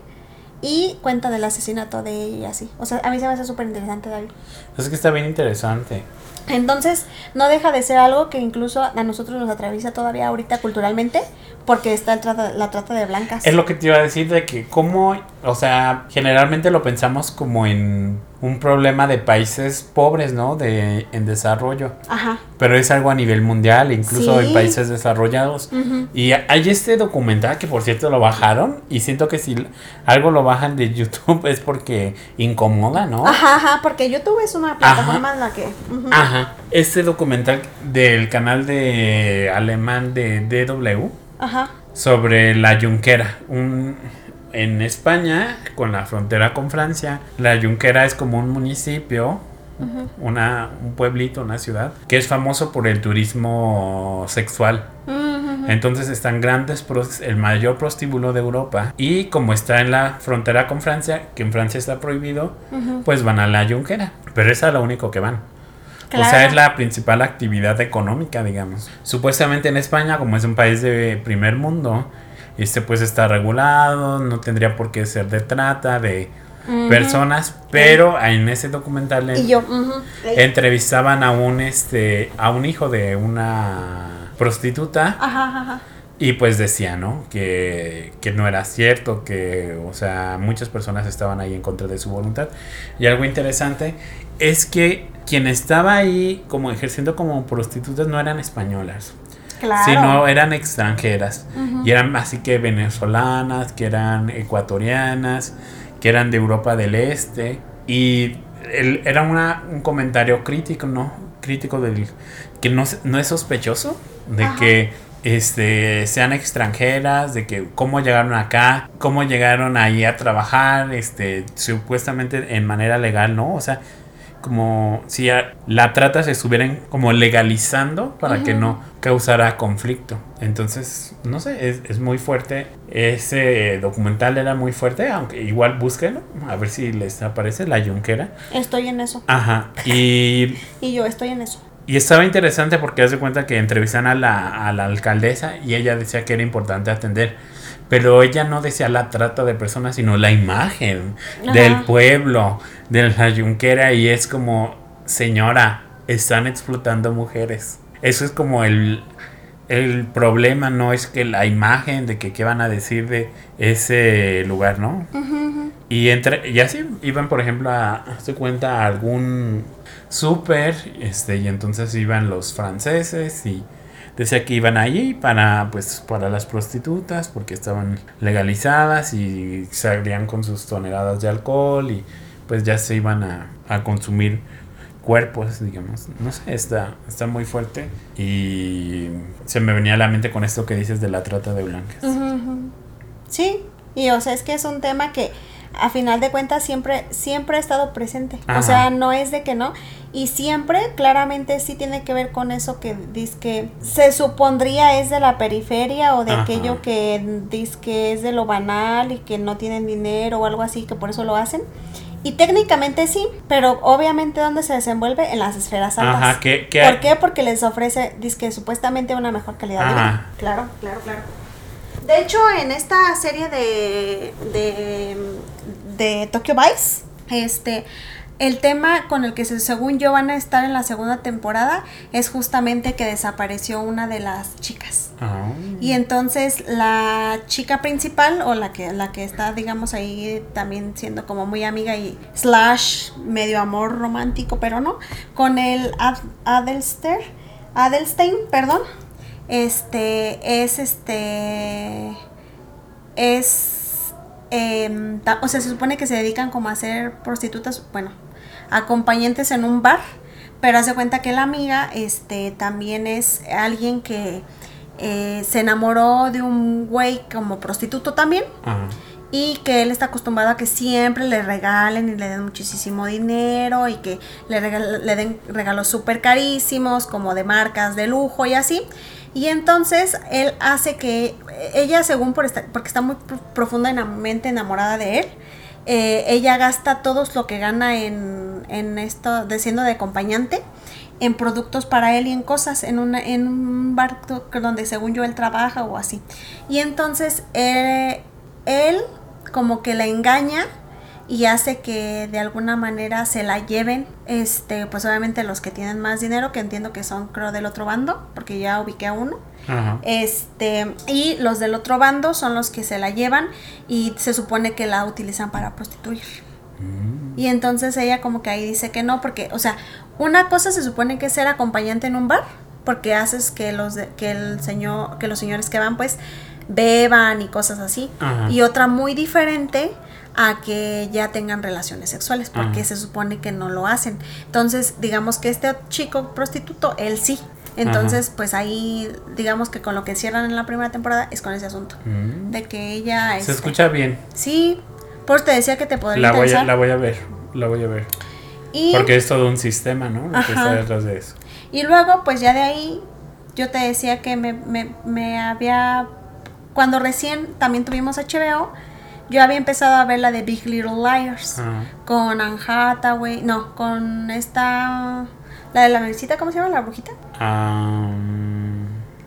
y cuenta del asesinato de ella y así. O sea, a mí se me hace súper interesante, David. Es que está bien interesante. Entonces, no deja de ser algo que incluso a nosotros nos atraviesa todavía ahorita culturalmente, porque está el trata, la trata de blancas. Es lo que te iba a decir de que cómo, o sea, generalmente lo pensamos como en un problema de países pobres, ¿no? De en desarrollo. Ajá. Pero es algo a nivel mundial, incluso Sí. en países desarrollados. Uh-huh. Y hay este documental que por cierto lo bajaron y siento que si algo lo bajan de YouTube es porque incomoda, ¿no? Ajá, ajá, porque YouTube es una plataforma Ajá. en la que... Uh-huh. Ajá. Este documental del canal de alemán de D W. Ajá. Sobre la Junquera, un, en España, con la frontera con Francia, la Junquera es como un municipio, uh-huh. una, un pueblito, una ciudad, que es famoso por el turismo sexual. Uh-huh. Entonces están grandes, el mayor prostíbulo de Europa, y como está en la frontera con Francia, que en Francia está prohibido, uh-huh. pues van a la Junquera, pero es a lo único que van. Claro. O sea, es la principal actividad económica, digamos. Supuestamente en España, como es un país de primer mundo, este pues está regulado, no tendría por qué ser de trata de uh-huh. personas, pero uh-huh. en ese documental en, y yo, uh-huh. entrevistaban a un este a un hijo de una prostituta. Ajá, ajá. Y pues decía, ¿no? Que, que no era cierto, que, o sea, muchas personas estaban ahí en contra de su voluntad. Y algo interesante es que quien estaba ahí como ejerciendo como prostitutas no eran españolas. Claro. Sino eran extranjeras. Uh-huh. Y eran así que venezolanas, que eran ecuatorianas, que eran de Europa del Este. Y el, era una, un comentario crítico, ¿no? Crítico del que no, no es sospechoso de Ajá. que... Este, sean extranjeras, de que cómo llegaron acá, cómo llegaron ahí a trabajar, este, supuestamente en manera legal, ¿no? O sea, como si a, la trata se estuvieran como legalizando para uh-huh. que no causara conflicto. Entonces, no sé, es, es muy fuerte. Ese documental era muy fuerte, aunque igual búsquenlo, a ver si les aparece la Junquera. Estoy en eso. Ajá, y... y yo estoy en eso. Y estaba interesante porque haz de cuenta que entrevistan a la, a la alcaldesa y ella decía que era importante atender. Pero ella no decía la trata de personas, sino la imagen Ajá. del pueblo, de la Junquera. Y es como, señora, están explotando mujeres. Eso es como el, el problema, no es que la imagen de que qué van a decir de ese lugar, ¿no? Uh-huh. Y, entre, y así iban, por ejemplo, a hacer cuenta a algún... súper, este, y entonces iban los franceses y decía que iban allí para, pues, para las prostitutas porque estaban legalizadas y salían con sus toneladas de alcohol y pues ya se iban a, a consumir cuerpos, digamos, no sé, está, está muy fuerte y se me venía a la mente con esto que dices de la trata de blancas. Uh-huh. Sí, y o sea, es que es un tema que a final de cuentas siempre siempre ha estado presente. Ajá. O sea, no es de que no. Y siempre, claramente, sí tiene que ver con eso que dice que se supondría es de la periferia o de Ajá. aquello que dice que es de lo banal y que no tienen dinero o algo así, que por eso lo hacen. Y técnicamente sí, pero obviamente ¿dónde se desenvuelve? En las esferas altas. Ajá, ¿qué, qué ¿Por qué? Porque les ofrece, dice que supuestamente una mejor calidad de vida. Claro, claro, claro. De hecho, en esta serie de, de, de Tokyo Vice, este, el tema con el que se, según yo van a estar en la segunda temporada es justamente que desapareció una de las chicas. Oh. Y entonces la chica principal, o la que, la que está, digamos, ahí también siendo como muy amiga y slash medio amor romántico, pero no, con el Ad, Adelster, Adelstein, perdón. Este es este es eh, ta- o sea, se supone que se dedican como a ser prostitutas, bueno, acompañantes en un bar, pero hace cuenta que la amiga este, también es alguien que eh, se enamoró de un güey como prostituto también. Ajá. Y que él está acostumbrado a que siempre le regalen y le den muchísimo dinero y que le, regal- le den regalos súper carísimos, como de marcas de lujo y así. Y entonces él hace que ella, según por estar, porque está muy profundamente enamorada de él, eh, ella gasta todo lo que gana en, en esto, de siendo de acompañante, en productos para él y en cosas, en, una, en un bar donde según yo él trabaja o así. Y entonces eh, él como que la engaña y hace que de alguna manera se la lleven, este, pues obviamente los que tienen más dinero, que entiendo que son creo del otro bando, porque ya ubiqué a uno. Ajá. Este, y los del otro bando son los que se la llevan y se supone que la utilizan para prostituir. Mm. Y entonces ella como que ahí dice que no, porque, o sea, una cosa se supone que es ser acompañante en un bar, porque haces que los de, que el señor, que los señores que van pues beban y cosas así. Ajá. Y otra muy diferente a que ya tengan relaciones sexuales, porque Ajá. se supone que no lo hacen. Entonces, digamos que este chico prostituto, él sí. Entonces, Ajá. pues ahí, digamos que con lo que cierran en la primera temporada es con ese asunto. Mm. De que ella... Se este, escucha bien. Sí, por eso te decía que te podría la voy interesar. a, La voy a ver, la voy a ver. Y, porque es todo un sistema, ¿no? Lo que está detrás de eso. Y luego, pues ya de ahí, yo te decía que me, me, me había... Cuando recién también tuvimos H B O, yo había empezado a ver la de Big Little Liars. Ajá. Con Anne Hathaway, no, con esta, la de la navecita, ¿cómo se llama? ¿La brujita? Um,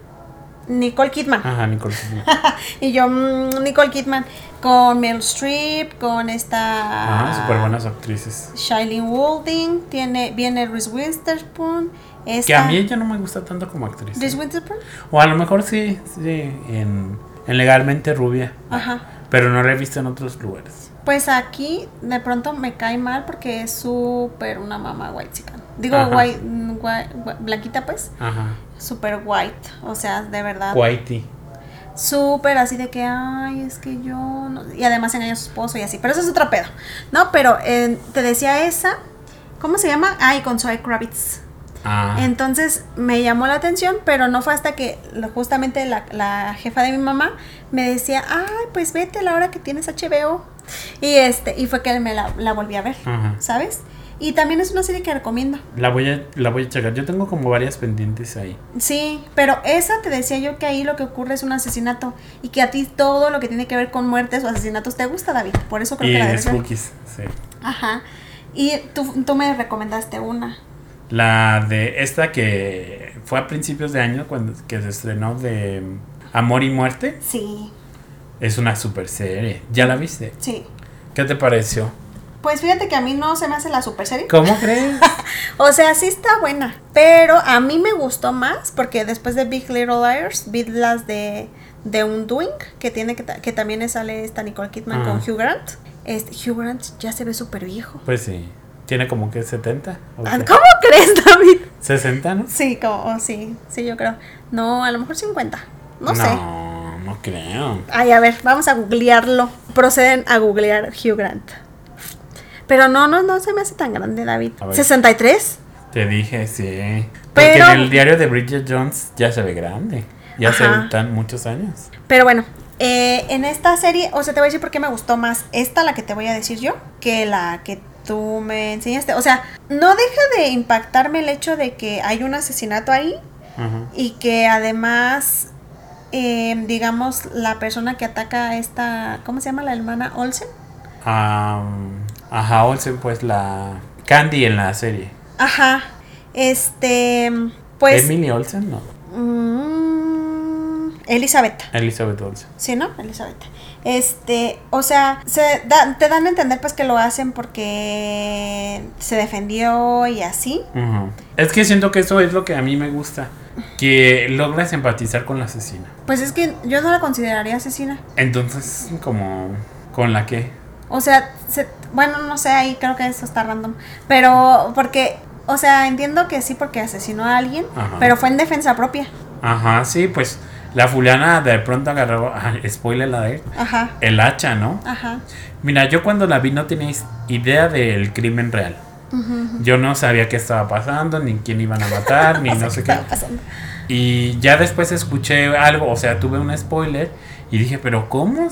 Nicole Kidman. Ajá, Nicole Kidman. Y yo, mmm, Nicole Kidman, con Meryl Streep, con esta... Ajá, súper buenas actrices. Shailene Woodley, tiene, viene Reese Witherspoon. Esta, que a mí ella no me gusta tanto como actriz. ¿Reese Witherspoon? O a lo mejor sí, sí, en, en Legalmente Rubia. Ajá. Pero no la he visto en otros lugares. Pues aquí de pronto me cae mal porque es súper una mamá white chican. Digo, white, white, white, blanquita pues. Ajá. Súper white, o sea, de verdad. Whitey. Súper así de que, ay, es que yo... No, y además engaña a su esposo y así. Pero eso es otro pedo, ¿no? Pero eh, te decía esa, ¿cómo se llama? Ay, con Zoe Kravitz. Ah. Entonces me llamó la atención, pero no fue hasta que justamente la, la jefa de mi mamá me decía, ay, pues vete a la hora que tienes H B O. Y este y fue que me la, la volví a ver, Ajá. ¿sabes? Y también es una serie que recomiendo. La voy a la voy a checar. Yo tengo como varias pendientes ahí. Sí, pero esa te decía yo que ahí lo que ocurre es un asesinato y que a ti todo lo que tiene que ver con muertes o asesinatos te gusta, David. Por eso creo y que la debes ver. Spookies, sí. Ajá. Y tú, tú me recomendaste una. La de esta que fue a principios de año cuando que se estrenó de Amor y Muerte. Sí. Es una super serie. ¿Ya la viste? Sí. ¿Qué te pareció? Pues fíjate que a mí no se me hace la super serie. ¿Cómo crees? O sea, sí está buena. Pero a mí me gustó más porque después de Big Little Liars vi las de, de Undoing, que tiene que, que también sale esta Nicole Kidman ah. con Hugh Grant. Este, Hugh Grant ya se ve súper viejo. Pues sí. Tiene como que setenta. ¿Cómo crees, David? ¿sesenta, no? Sí, como, oh, sí, sí, yo creo. No, a lo mejor cincuenta. No, no sé. No, no creo. Ay, a ver, vamos a googlearlo. Proceden a googlear Hugh Grant. Pero no, no, no se me hace tan grande, David. ¿sesenta y tres? Te dije, sí. Porque Pero, en el diario de Bridget Jones ya se ve grande. Ya Ajá. se ven muchos años. Pero bueno, eh, en esta serie, o sea, te voy a decir por qué me gustó más esta, la que te voy a decir yo, que la que tú me enseñaste. O sea, no deja de impactarme el hecho de que hay un asesinato ahí uh-huh. y que además, eh, digamos, la persona que ataca a esta, ¿cómo se llama? La hermana Olsen. Um, ajá, Olsen, pues la Candy en la serie. Ajá, este, pues... ¿Emily Olsen? No. Mm, Elizabeth. Elizabeth Olsen. Sí, ¿no? Elizabeth. Este, o sea, se da, te dan a entender pues que lo hacen porque se defendió y así. Uh-huh. Es que siento que eso es lo que a mí me gusta, que logras empatizar con la asesina. Pues es que yo no la consideraría asesina. Entonces, como, ¿con la qué? O sea, se, bueno, no sé, ahí creo que eso está random. Pero, porque, o sea, entiendo que sí porque asesinó a alguien, Ajá. pero fue en defensa propia. Ajá, sí, pues... La fulana de pronto agarró, ah, spoiler la de Ajá. el hacha, ¿no? Ajá. Mira, yo cuando la vi no tenía idea del crimen real. Uh-huh. Yo no sabía qué estaba pasando, ni quién iban a matar, ni no sé qué. Pasando. Y ya después escuché algo, o sea, tuve un spoiler y dije, pero ¿cómo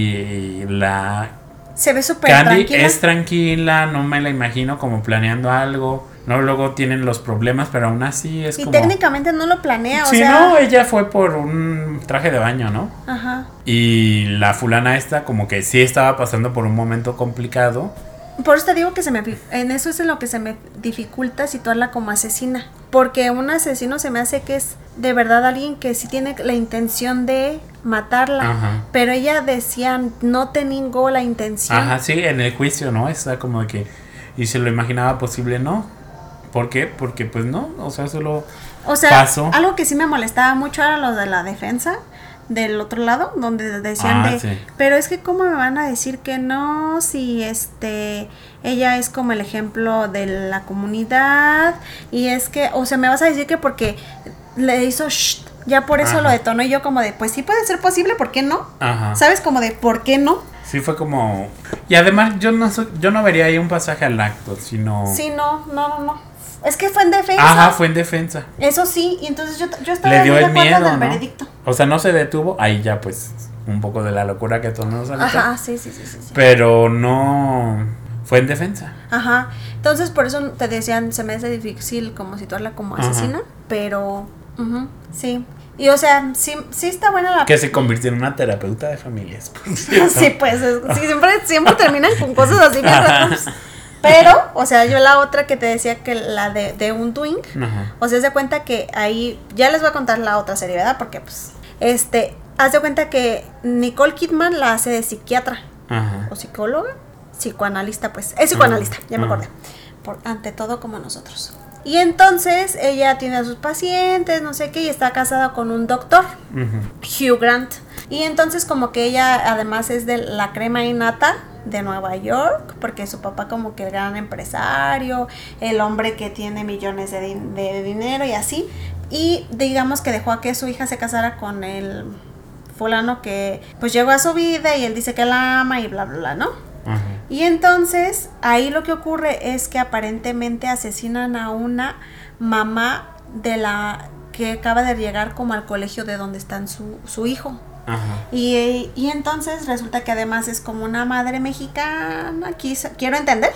si la se ve súper Candy tranquila? Es tranquila, no me la imagino como planeando algo. No, luego tienen los problemas, pero aún así es y como... Y técnicamente no lo planea, sí, o sea... no, ella fue por un traje de baño, ¿no? Ajá. Y la fulana esta como que sí estaba pasando por un momento complicado. Por eso te digo que se me en eso es en lo que se me dificulta situarla como asesina. Porque un asesino se me hace que es de verdad alguien que sí tiene la intención de matarla. Ajá. Pero ella decía, no tengo la intención. Ajá, sí, en el juicio, ¿no? Está como de que... Y se lo imaginaba posible, ¿no? ¿Por qué? Porque pues no, o sea, solo o sea, pasó. Algo que sí me molestaba mucho era lo de la defensa del otro lado, donde decían ah, de, sí. pero es que cómo me van a decir que no, si este, ella es como el ejemplo de la comunidad, y es que, o sea, me vas a decir que porque le hizo shh, ya por eso Ajá. lo detonó, y yo como de, pues sí puede ser posible, ¿por qué no? Ajá. ¿Sabes? Como de, ¿por qué no? Sí, fue como... Y además yo no yo no vería ahí un pasaje al acto, sino... Sí, no, no, no, no. Es que fue en defensa. Ajá, fue en defensa. Eso sí, y entonces yo, yo estaba Le dio muy el de acuerdo miedo, del ¿no? veredicto. O sea, no se detuvo, ahí ya pues un poco de la locura que todos nos ahorita. Ajá, sí, sí, sí, sí, sí. Pero no... Fue en defensa. Ajá. Entonces, por eso te decían, se me hace difícil como situarla como asesina, Ajá. pero... Uh-huh, sí. Y o sea, sí, sí está buena la... Que se convirtió en una terapeuta de familias. Sí, pues, sí, siempre, siempre terminan con cosas así bien raras. Pero, o sea, yo la otra que te decía que la de, de un twin, Ajá. o sea, haz de cuenta que ahí, ya les voy a contar la otra serie, ¿verdad? Porque, pues, este, haz de cuenta que Nicole Kidman la hace de psiquiatra, Ajá. o psicóloga, psicoanalista, pues, es psicoanalista, Ajá. ya me Ajá. acordé, por, ante todo como nosotros. Y entonces ella tiene a sus pacientes, no sé qué, y está casada con un doctor, uh-huh. Hugh Grant. Y entonces como que ella además es de la crema innata de Nueva York, porque su papá como que el gran empresario, el hombre que tiene millones de, din- de dinero y así. Y digamos que dejó a que su hija se casara con el fulano que pues llegó a su vida y él dice que la ama y bla, bla, bla, ¿no? Ajá. Y entonces ahí lo que ocurre es que aparentemente asesinan a una mamá de la que acaba de llegar como al colegio de donde está su, su hijo. Ajá. Y, y entonces resulta que además es como una madre mexicana, quise, quiero entender,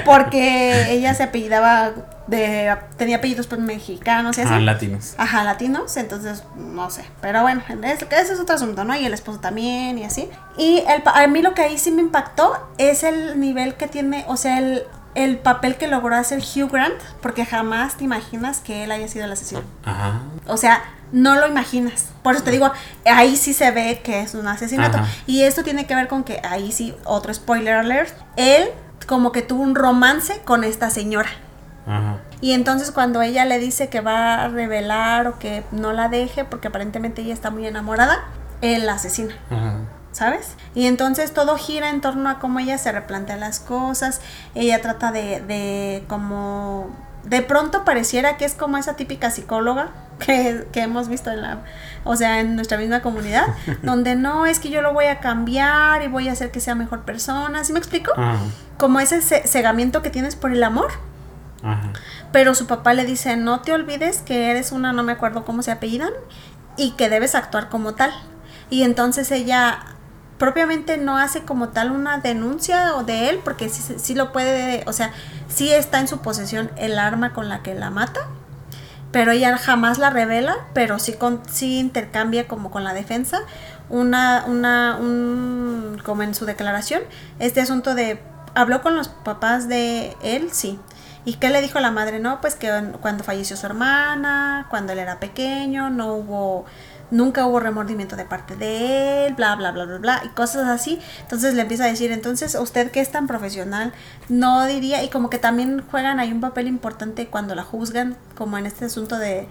porque ella se apellidaba, de, tenía apellidos pues mexicanos y así. Ajá, latinos. Ajá, latinos, entonces no sé, pero bueno, ese, ese es otro asunto, ¿no? Y el esposo también y así. Y el, a mí lo que ahí sí me impactó es el nivel que tiene, o sea, el... el papel que logró hacer Hugh Grant, porque jamás te imaginas que él haya sido el asesino. Ajá. O sea, no lo imaginas. Por eso te digo, ahí sí se ve que es un asesinato. Ajá. Y esto tiene que ver con que, ahí sí, otro spoiler alert, él como que tuvo un romance con esta señora. Ajá. Y entonces cuando ella le dice que va a revelar o que no la deje, porque aparentemente ella está muy enamorada, él la asesina. Ajá. ¿Sabes? Y entonces todo gira en torno a cómo ella se replantea las cosas, ella trata de, de como, de pronto pareciera que es como esa típica psicóloga que, que hemos visto en la, o sea, en nuestra misma comunidad, donde no, es que yo lo voy a cambiar y voy a hacer que sea mejor persona, ¿sí me explico? Ajá. Como ese cegamiento que tienes por el amor. Ajá. Pero su papá le dice, no te olvides que eres una, no me acuerdo cómo se apellidan, y que debes actuar como tal. Y entonces ella propiamente no hace como tal una denuncia o de él, porque sí, sí lo puede, o sea, sí está en su posesión el arma con la que la mata, pero ella jamás la revela, pero sí, con, sí intercambia como con la defensa una, una, un, como en su declaración, este asunto de, habló con los papás de él, sí. ¿Y qué le dijo la madre? No, pues que cuando falleció su hermana, cuando él era pequeño, no hubo... nunca hubo remordimiento de parte de él, bla, bla, bla, bla, bla, y cosas así. Entonces le empieza a decir, entonces, usted que es tan profesional, no diría, y como que también juegan ahí un papel importante cuando la juzgan, como en este asunto de,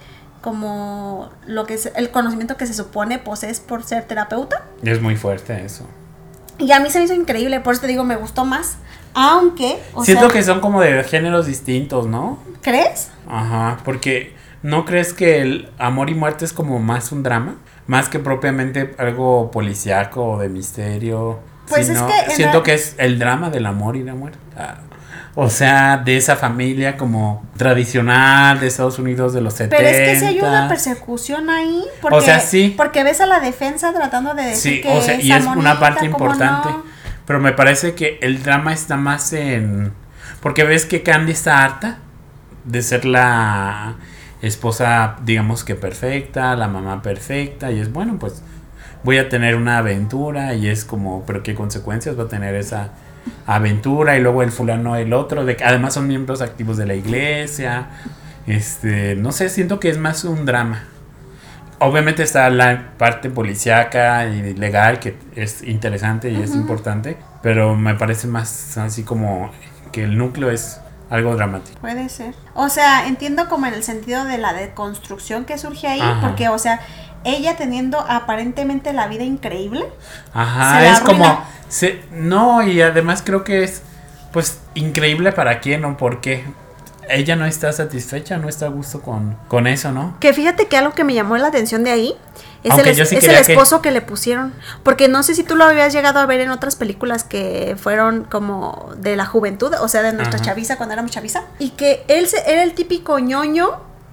como lo que es el conocimiento que se supone posees por ser terapeuta. Es muy fuerte eso. Y a mí se me hizo increíble, por eso te digo, me gustó más, aunque, o siento sea, que son como de géneros distintos, ¿no? ¿crees? Ajá, porque... ¿no crees que el amor y muerte es como más un drama? más que propiamente algo policíaco o de misterio. Pues sino, es que siento la... que es el drama del amor y la muerte. Ah, o sea, de esa familia como tradicional de Estados Unidos de los setenta. Pero es que si hay una persecución ahí, porque, o sea, sí. porque ves a la defensa tratando de decir sí, que o sea, es y es amonita, una parte ¿cómo importante. no? Pero me parece que el drama está más en... Porque ves que Candy está harta de ser la esposa, digamos que perfecta, la mamá perfecta, y es bueno, pues voy a tener una aventura, y es como, pero qué consecuencias va a tener esa aventura, y luego el fulano el otro, de que además son miembros activos de la iglesia, este, no sé, siento que es más un drama. Obviamente está la parte policíaca y legal, que es interesante y uh-huh. es importante, pero me parece más así como que el núcleo es algo dramático. Puede ser. O sea, entiendo como en el sentido de la deconstrucción que surge ahí, Ajá. porque, o sea, ella teniendo aparentemente la vida increíble. Ajá, es como... Se, no, y además creo que es, pues, increíble para quién o por qué. Ella no está satisfecha, no está a gusto con, con eso, ¿no? Que fíjate que algo que me llamó la atención de ahí es Aunque el, sí es el esposo que... que le pusieron. Porque no sé si tú lo habías llegado a ver en otras películas que fueron como de la juventud, o sea, de nuestra Ajá. chaviza, cuando éramos chaviza. Y que él se, era el típico ñoño,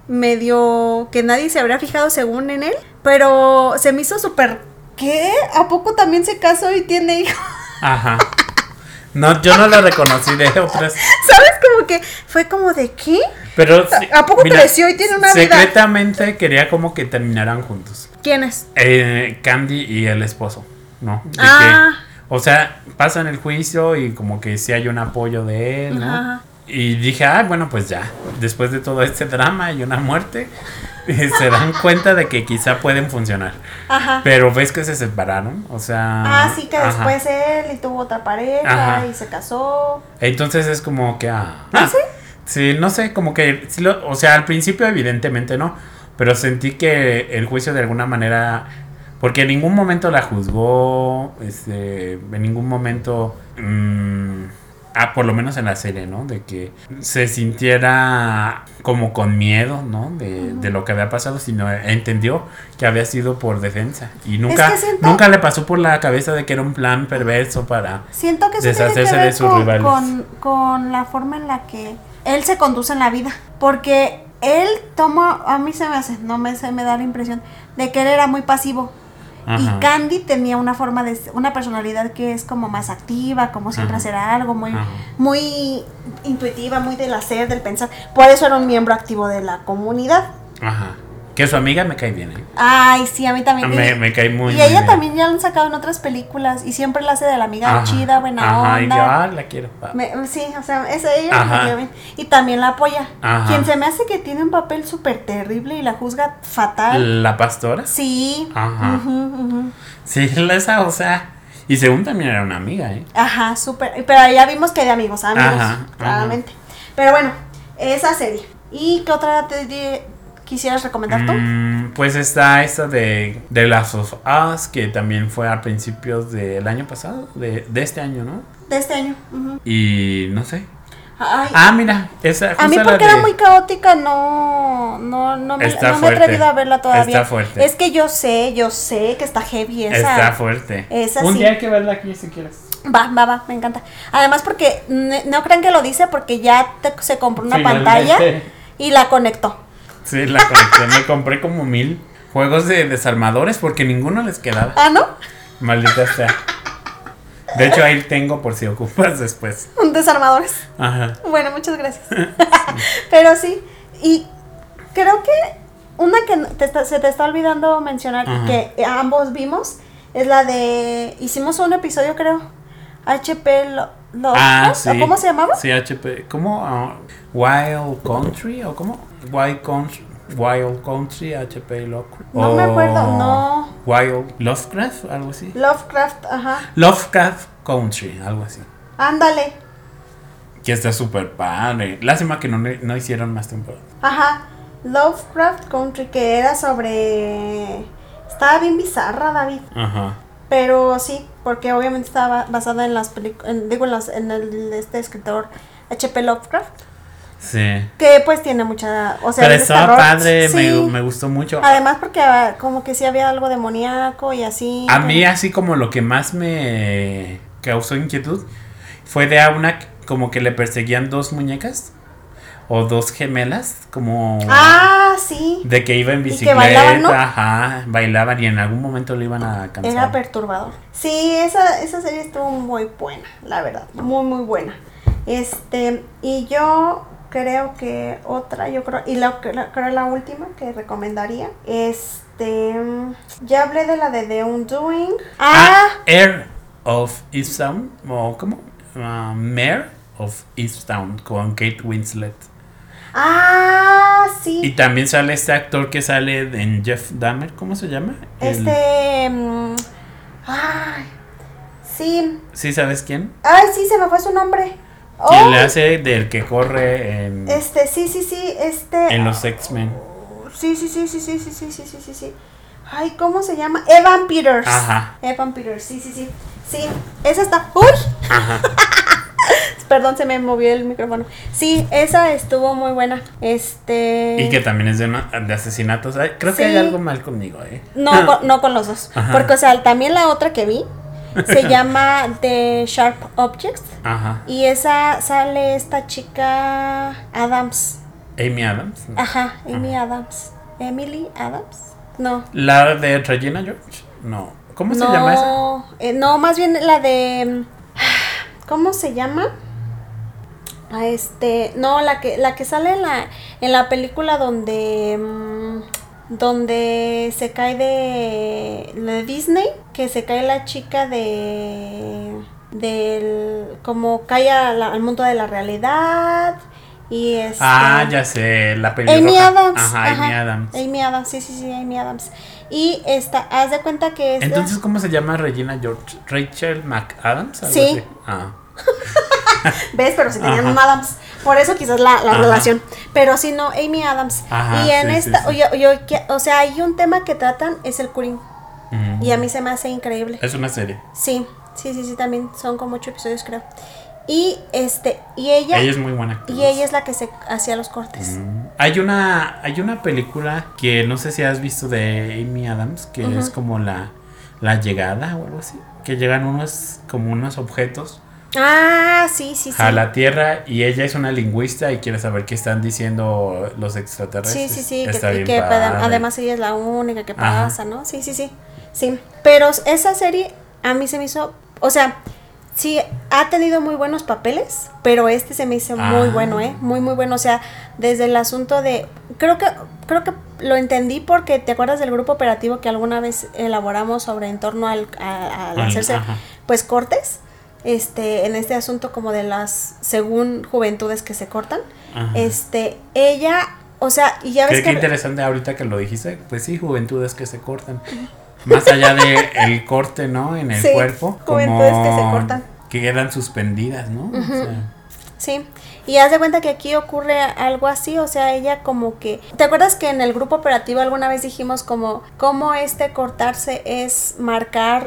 medio que nadie se habría fijado según en él. Pero se me hizo súper... ¿Qué? ¿A poco también se casó y tiene hijos? Ajá. No, yo no lo reconocí de otras. ¿Sabes? Como que fue como de ¿qué? Pero ¿A poco mira, creció y tiene una secretamente vida? Secretamente quería como que terminaran juntos. ¿Quiénes? Eh, Candy y el esposo, ¿no? De ah. que, o sea, pasan el juicio y como que sí hay un apoyo de él, ¿no? Ajá. Y dije, ah, bueno, pues ya, después de todo este drama y una muerte, se dan cuenta de que quizá pueden funcionar. Ajá. Pero ves que se separaron, o sea... Ah, sí, que ajá. después él y tuvo otra pareja ajá. y se casó. Entonces es como que... Ah, ¿Ah, sí? Sí, no sé, como que... Sí lo, o sea, al principio evidentemente no, pero sentí que el juicio de alguna manera... Porque en ningún momento la juzgó, este, en ningún momento... Mmm, Ah, por lo menos en la serie, ¿no? De que se sintiera como con miedo, ¿no? De, uh-huh. de lo que había pasado, sino entendió que había sido por defensa. Y nunca, es que siento, nunca le pasó por la cabeza de que era un plan perverso para siento que eso deshacerse tiene que ver de sus con, rivales. Con, con la forma en la que él se conduce en la vida. Porque él toma, a mí se me hace, no me, se me da la impresión de que él era muy pasivo. Ajá. Y Candy tenía una forma de una personalidad que es como más activa, como siempre hacer algo, muy Ajá. muy intuitiva, muy del hacer, del pensar. Por eso era un miembro activo de la comunidad. Ajá. Que su amiga me cae bien, ¿eh? Ay, sí, a mí también. Me, me cae muy bien. Y muy ella bien. También ya la han sacado en otras películas y siempre la hace de la amiga Ajá. chida, buena Ajá, onda. Y yo, ah, la quiero. Me, sí, o sea, es ella me cae bien. Y también la apoya. Ajá. Quien se me hace que tiene un papel súper terrible y la juzga fatal. ¿La pastora? Sí. Ajá. Uh-huh, uh-huh. Sí, esa, o sea... Y según también era una amiga, ¿eh? Ajá, súper. Pero ya vimos que de amigos, amigos, ajá, claramente. Ajá. Pero bueno, esa serie. ¿Y qué otra te di- quisieras recomendar tú? Mm, pues está esta de The Last of Us, que también fue a principios del año pasado, de, de este año, ¿no? De este año. Uh-huh. Y no sé. Ay, ah, mira, esa a mí porque era de... muy caótica, no, no, no me, no me he atrevido a verla todavía. Está fuerte. Es que yo sé, yo sé que está heavy esa. Está fuerte. Esa Un sí. día hay que verla aquí si quieres. Va, va, va, me encanta. Además porque, no crean que lo dice porque ya te, se compró una pantalla y la conectó. Sí, la conecté, me compré como mil juegos de desarmadores porque ninguno les quedaba. ¿Ah, no? Maldita sea. De hecho, ahí tengo por si ocupas después. Un desarmadores. Ajá. Bueno, muchas gracias. Sí. Pero sí, y creo que una que te está, se te está olvidando mencionar, Ajá. que ambos vimos, es la de... Hicimos un episodio, creo, H P Lovecraft, ah, sí. ¿cómo se llamaba? Sí, H P, ¿cómo? Uh, Wild Country, ¿o cómo? Wild Country. Wild Country, H P Lovecraft. No me acuerdo, no. Wild Lovecraft, algo así. Lovecraft, ajá. Lovecraft Country, algo así. Ándale. Que está súper padre. Lástima que no, no hicieron más temporadas. Ajá. Lovecraft Country, que era sobre... Estaba bien bizarra, David. Ajá. Pero sí, porque obviamente estaba basada en las películas, digo, en, las, en el este escritor H P Lovecraft. Sí. Que pues tiene mucha, o sea, pero es estaba terror. padre, Sí. me, me gustó mucho. Además porque ah, como que sí había algo demoníaco y así. A pero... mí así como lo que más me causó inquietud fue de a una como que le perseguían dos muñecas o dos gemelas, como Ah, sí. de que iba en Y que bicicleta, bailaban, ¿no? ajá, bailaban y en algún momento lo iban a cansar. Era perturbador. Sí, esa, esa serie estuvo muy buena, la verdad, muy muy buena. Este, y yo creo que otra, yo creo, y la, la, creo la última que recomendaría, este, ya hablé de la de The Undoing. Ah, Ah, Air of Easttown, o ¿cómo? Uh, Mare of Easttown con Kate Winslet. ah, sí. Y también sale este actor que sale en Jeff Dahmer, ¿cómo se llama? Este, um, ay, sí. ¿Sí sabes quién? Ay, sí, se me fue su nombre. Quien Oh, le hace del que corre en, Este, sí, sí, sí, este. en los X-Men. Sí, sí, sí, sí, sí, sí, sí, sí, sí, sí, sí. Ay, ¿cómo se llama? Evan Peters. Ajá. Evan Peters, sí, sí, sí. Sí, esa está. ¡Uy! Ajá. Perdón, se me movió el micrófono. Sí, esa estuvo muy buena. Este. Y que también es de, una, de asesinatos. Ay, creo que Sí. hay algo mal conmigo, ¿eh? No, con, no con los dos. Ajá. Porque, o sea, también la otra que vi se llama The Sharp Objects. Ajá. Y esa sale esta chica Adams. Amy Adams. ¿no? Ajá, Amy Adams. Emily Adams. No. ¿La de Regina George? No. ¿Cómo se no, llama esa? eh, no, más bien la de. ¿Cómo se llama? A este. No, la que, la que sale en la, en la película donde. mm, donde se cae de. de Disney. Que se cae la chica de. Del. Como cae a la- al mundo de la realidad. Y este. Ah, ya sé, la película. Amy Adams. Ajá, Amy Adams. Amy Adams, sí, sí, sí, Amy Adams. Y esta, haz de cuenta que es. Entonces, ¿cómo se llama Regina George? ¿Rachel McAdams? ¿Algo Sí. así? Ah. ¿Ves? Pero si tenían Ajá. un Adams. Por eso quizás la, la Ajá. relación. Pero si no, Amy Adams. Ajá, y en sí, esta, sí, sí. Yo, yo, que- o sea, hay un tema que tratan, es el curing. Mm. Y a mí se me hace increíble. Es una serie. Sí, sí, sí, sí, también son como ocho episodios, creo. Y este, y ella, Ella es muy buena actriz. y ella es la que se hacía los cortes. Mm. Hay una hay una película que no sé si has visto de Amy Adams, que Ujú. es como la, la llegada o algo así. Que llegan unos como unos objetos Ah, sí, sí, sí. a la Tierra y ella es una lingüista y quiere saber qué están diciendo los extraterrestres. Sí, sí, sí, Está que, bien que padre. además ella es la única que Ajá. pasa, ¿no? Sí, sí, sí, sí. Pero esa serie a mí se me hizo, o sea, sí, ha tenido muy buenos papeles, pero este se me hizo muy Ah. bueno, ¿eh? Muy, muy bueno, o sea, desde el asunto de, creo que, creo que lo entendí porque te acuerdas del grupo operativo que alguna vez elaboramos sobre en torno al, a, al Al- hacerse, ajá. pues, cortes, este, en este asunto como de las, según juventudes que se cortan, Ajá. este, ella, o sea, y ya ves Qué, que... qué interesante ahorita que lo dijiste. Pues sí, juventudes que se cortan. Más allá de el corte, ¿no? En el Sí, cuerpo. juventudes como que se cortan. Que quedan suspendidas, ¿no? O Ujú. sea, Sí, y haz de cuenta que aquí ocurre algo así, o sea, ella como que... ¿Te acuerdas que en el grupo operativo alguna vez dijimos como cómo este cortarse es marcar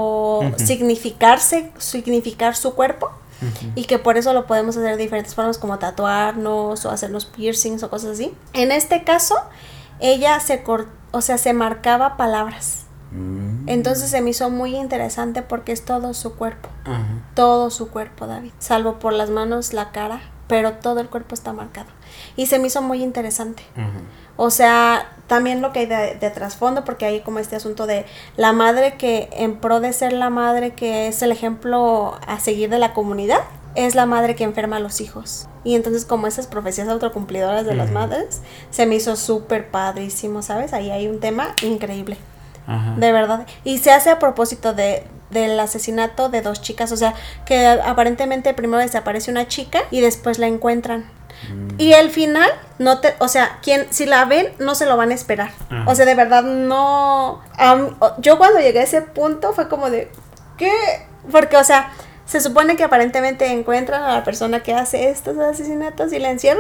o Ujú. significarse, significar su cuerpo? ujú. Y que por eso lo podemos hacer de diferentes formas como tatuarnos o hacernos piercings o cosas así. En este caso, ella se cor- o sea, se marcaba palabras. Mm. Entonces se me hizo muy interesante porque es todo su cuerpo. Ajá. Todo su cuerpo, David. Salvo por las manos, la cara, pero todo el cuerpo está marcado. Y se me hizo muy interesante. Ajá. O sea, también lo que hay de, de trasfondo, porque hay como este asunto de la madre que en pro de ser la madre que es el ejemplo a seguir de la comunidad, es la madre que enferma a los hijos. Y entonces como esas profecías autocumplidoras de las Ujú. madres, se me hizo súper padrísimo, ¿sabes? Ahí hay un tema increíble. Ajá. De verdad. Y se hace a propósito de del asesinato de dos chicas. O sea, que aparentemente primero desaparece una chica y después la encuentran. Mm. Y el final, no te, o sea, quien, si la ven, no se lo van a esperar. Ajá. O sea, de verdad, no. am- o- yo cuando llegué a ese punto fue como de, ¿qué? Porque, o sea, se supone que aparentemente encuentran a la persona que hace estos asesinatos y la encierran.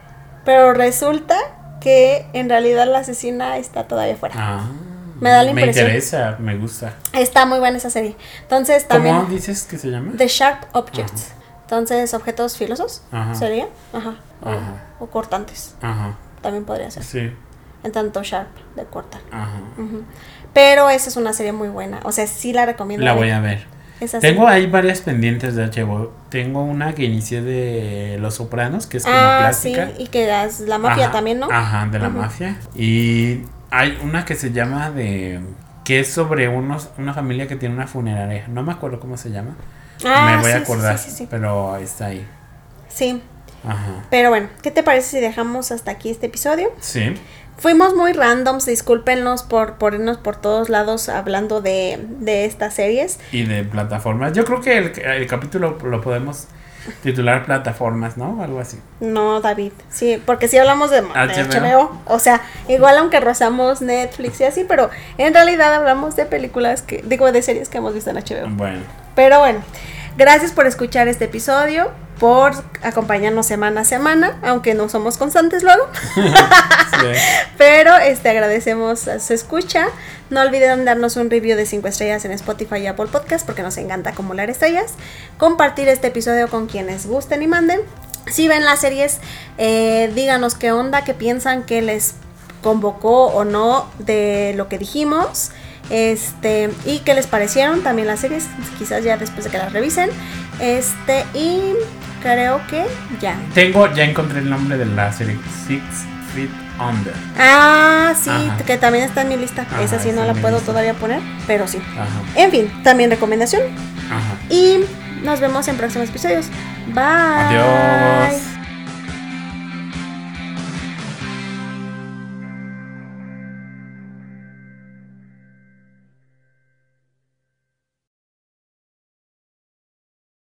Pero resulta que en realidad la asesina está todavía fuera. Ah. Me da la impresión. Me interesa, me gusta. Está muy buena esa serie. Entonces también ¿Cómo dices que se llama? The Sharp Objects. Entonces, objetos filosos, Ajá. ¿sería? Ajá. O, Ajá. o cortantes, Ajá. también podría ser. Sí. En tanto sharp, de cortar. Ajá. Ujú. Pero esa es una serie muy buena. O sea, sí la recomiendo. La voy a ver. Esa Tengo serie. ahí varias pendientes de H B O. Tengo una que inicié de Los Sopranos, que es como Ah, clásica. sí, y que es la mafia Ajá, también, ¿no? Ajá, de la Ujú. mafia. Y hay una que se llama de... que es sobre unos, una familia que tiene una funeraria. No me acuerdo cómo se llama. Ah, me voy sí, a acordar, sí, sí, sí, sí. pero está ahí. Sí, Ajá. pero bueno, ¿qué te parece si dejamos hasta aquí este episodio? Sí. Fuimos muy randoms, discúlpenos por, por irnos por todos lados hablando de, de estas series. Y de plataformas. Yo creo que el, el capítulo lo podemos titular plataformas, ¿no? Algo así. No, David, sí, porque sí hablamos de, de H B O. H B O. O sea, igual aunque rozamos Netflix y así, pero en realidad hablamos de películas que, digo, de series que hemos visto en H B O. Bueno. Pero bueno, gracias por escuchar este episodio, por acompañarnos semana a semana, aunque no somos constantes luego. Sí. Pero este agradecemos su escucha. No olviden darnos un review de cinco estrellas en Spotify y Apple Podcast porque nos encanta acumular estrellas. Compartir este episodio con quienes gusten y manden. Si ven las series, eh, díganos qué onda, qué piensan, qué les convocó o no de lo que dijimos. Este, y qué les parecieron también las series, quizás ya después de que las revisen. Este, y creo que ya. Tengo, ya encontré el nombre de la serie, Six Feet Under. Ah, sí, Ajá. que también está en mi lista. Ajá, Esa sí está no la en mi puedo lista. todavía poner, pero sí. Ajá. En fin, también recomendación. Ajá. Y nos vemos en próximos episodios. Bye. Adiós.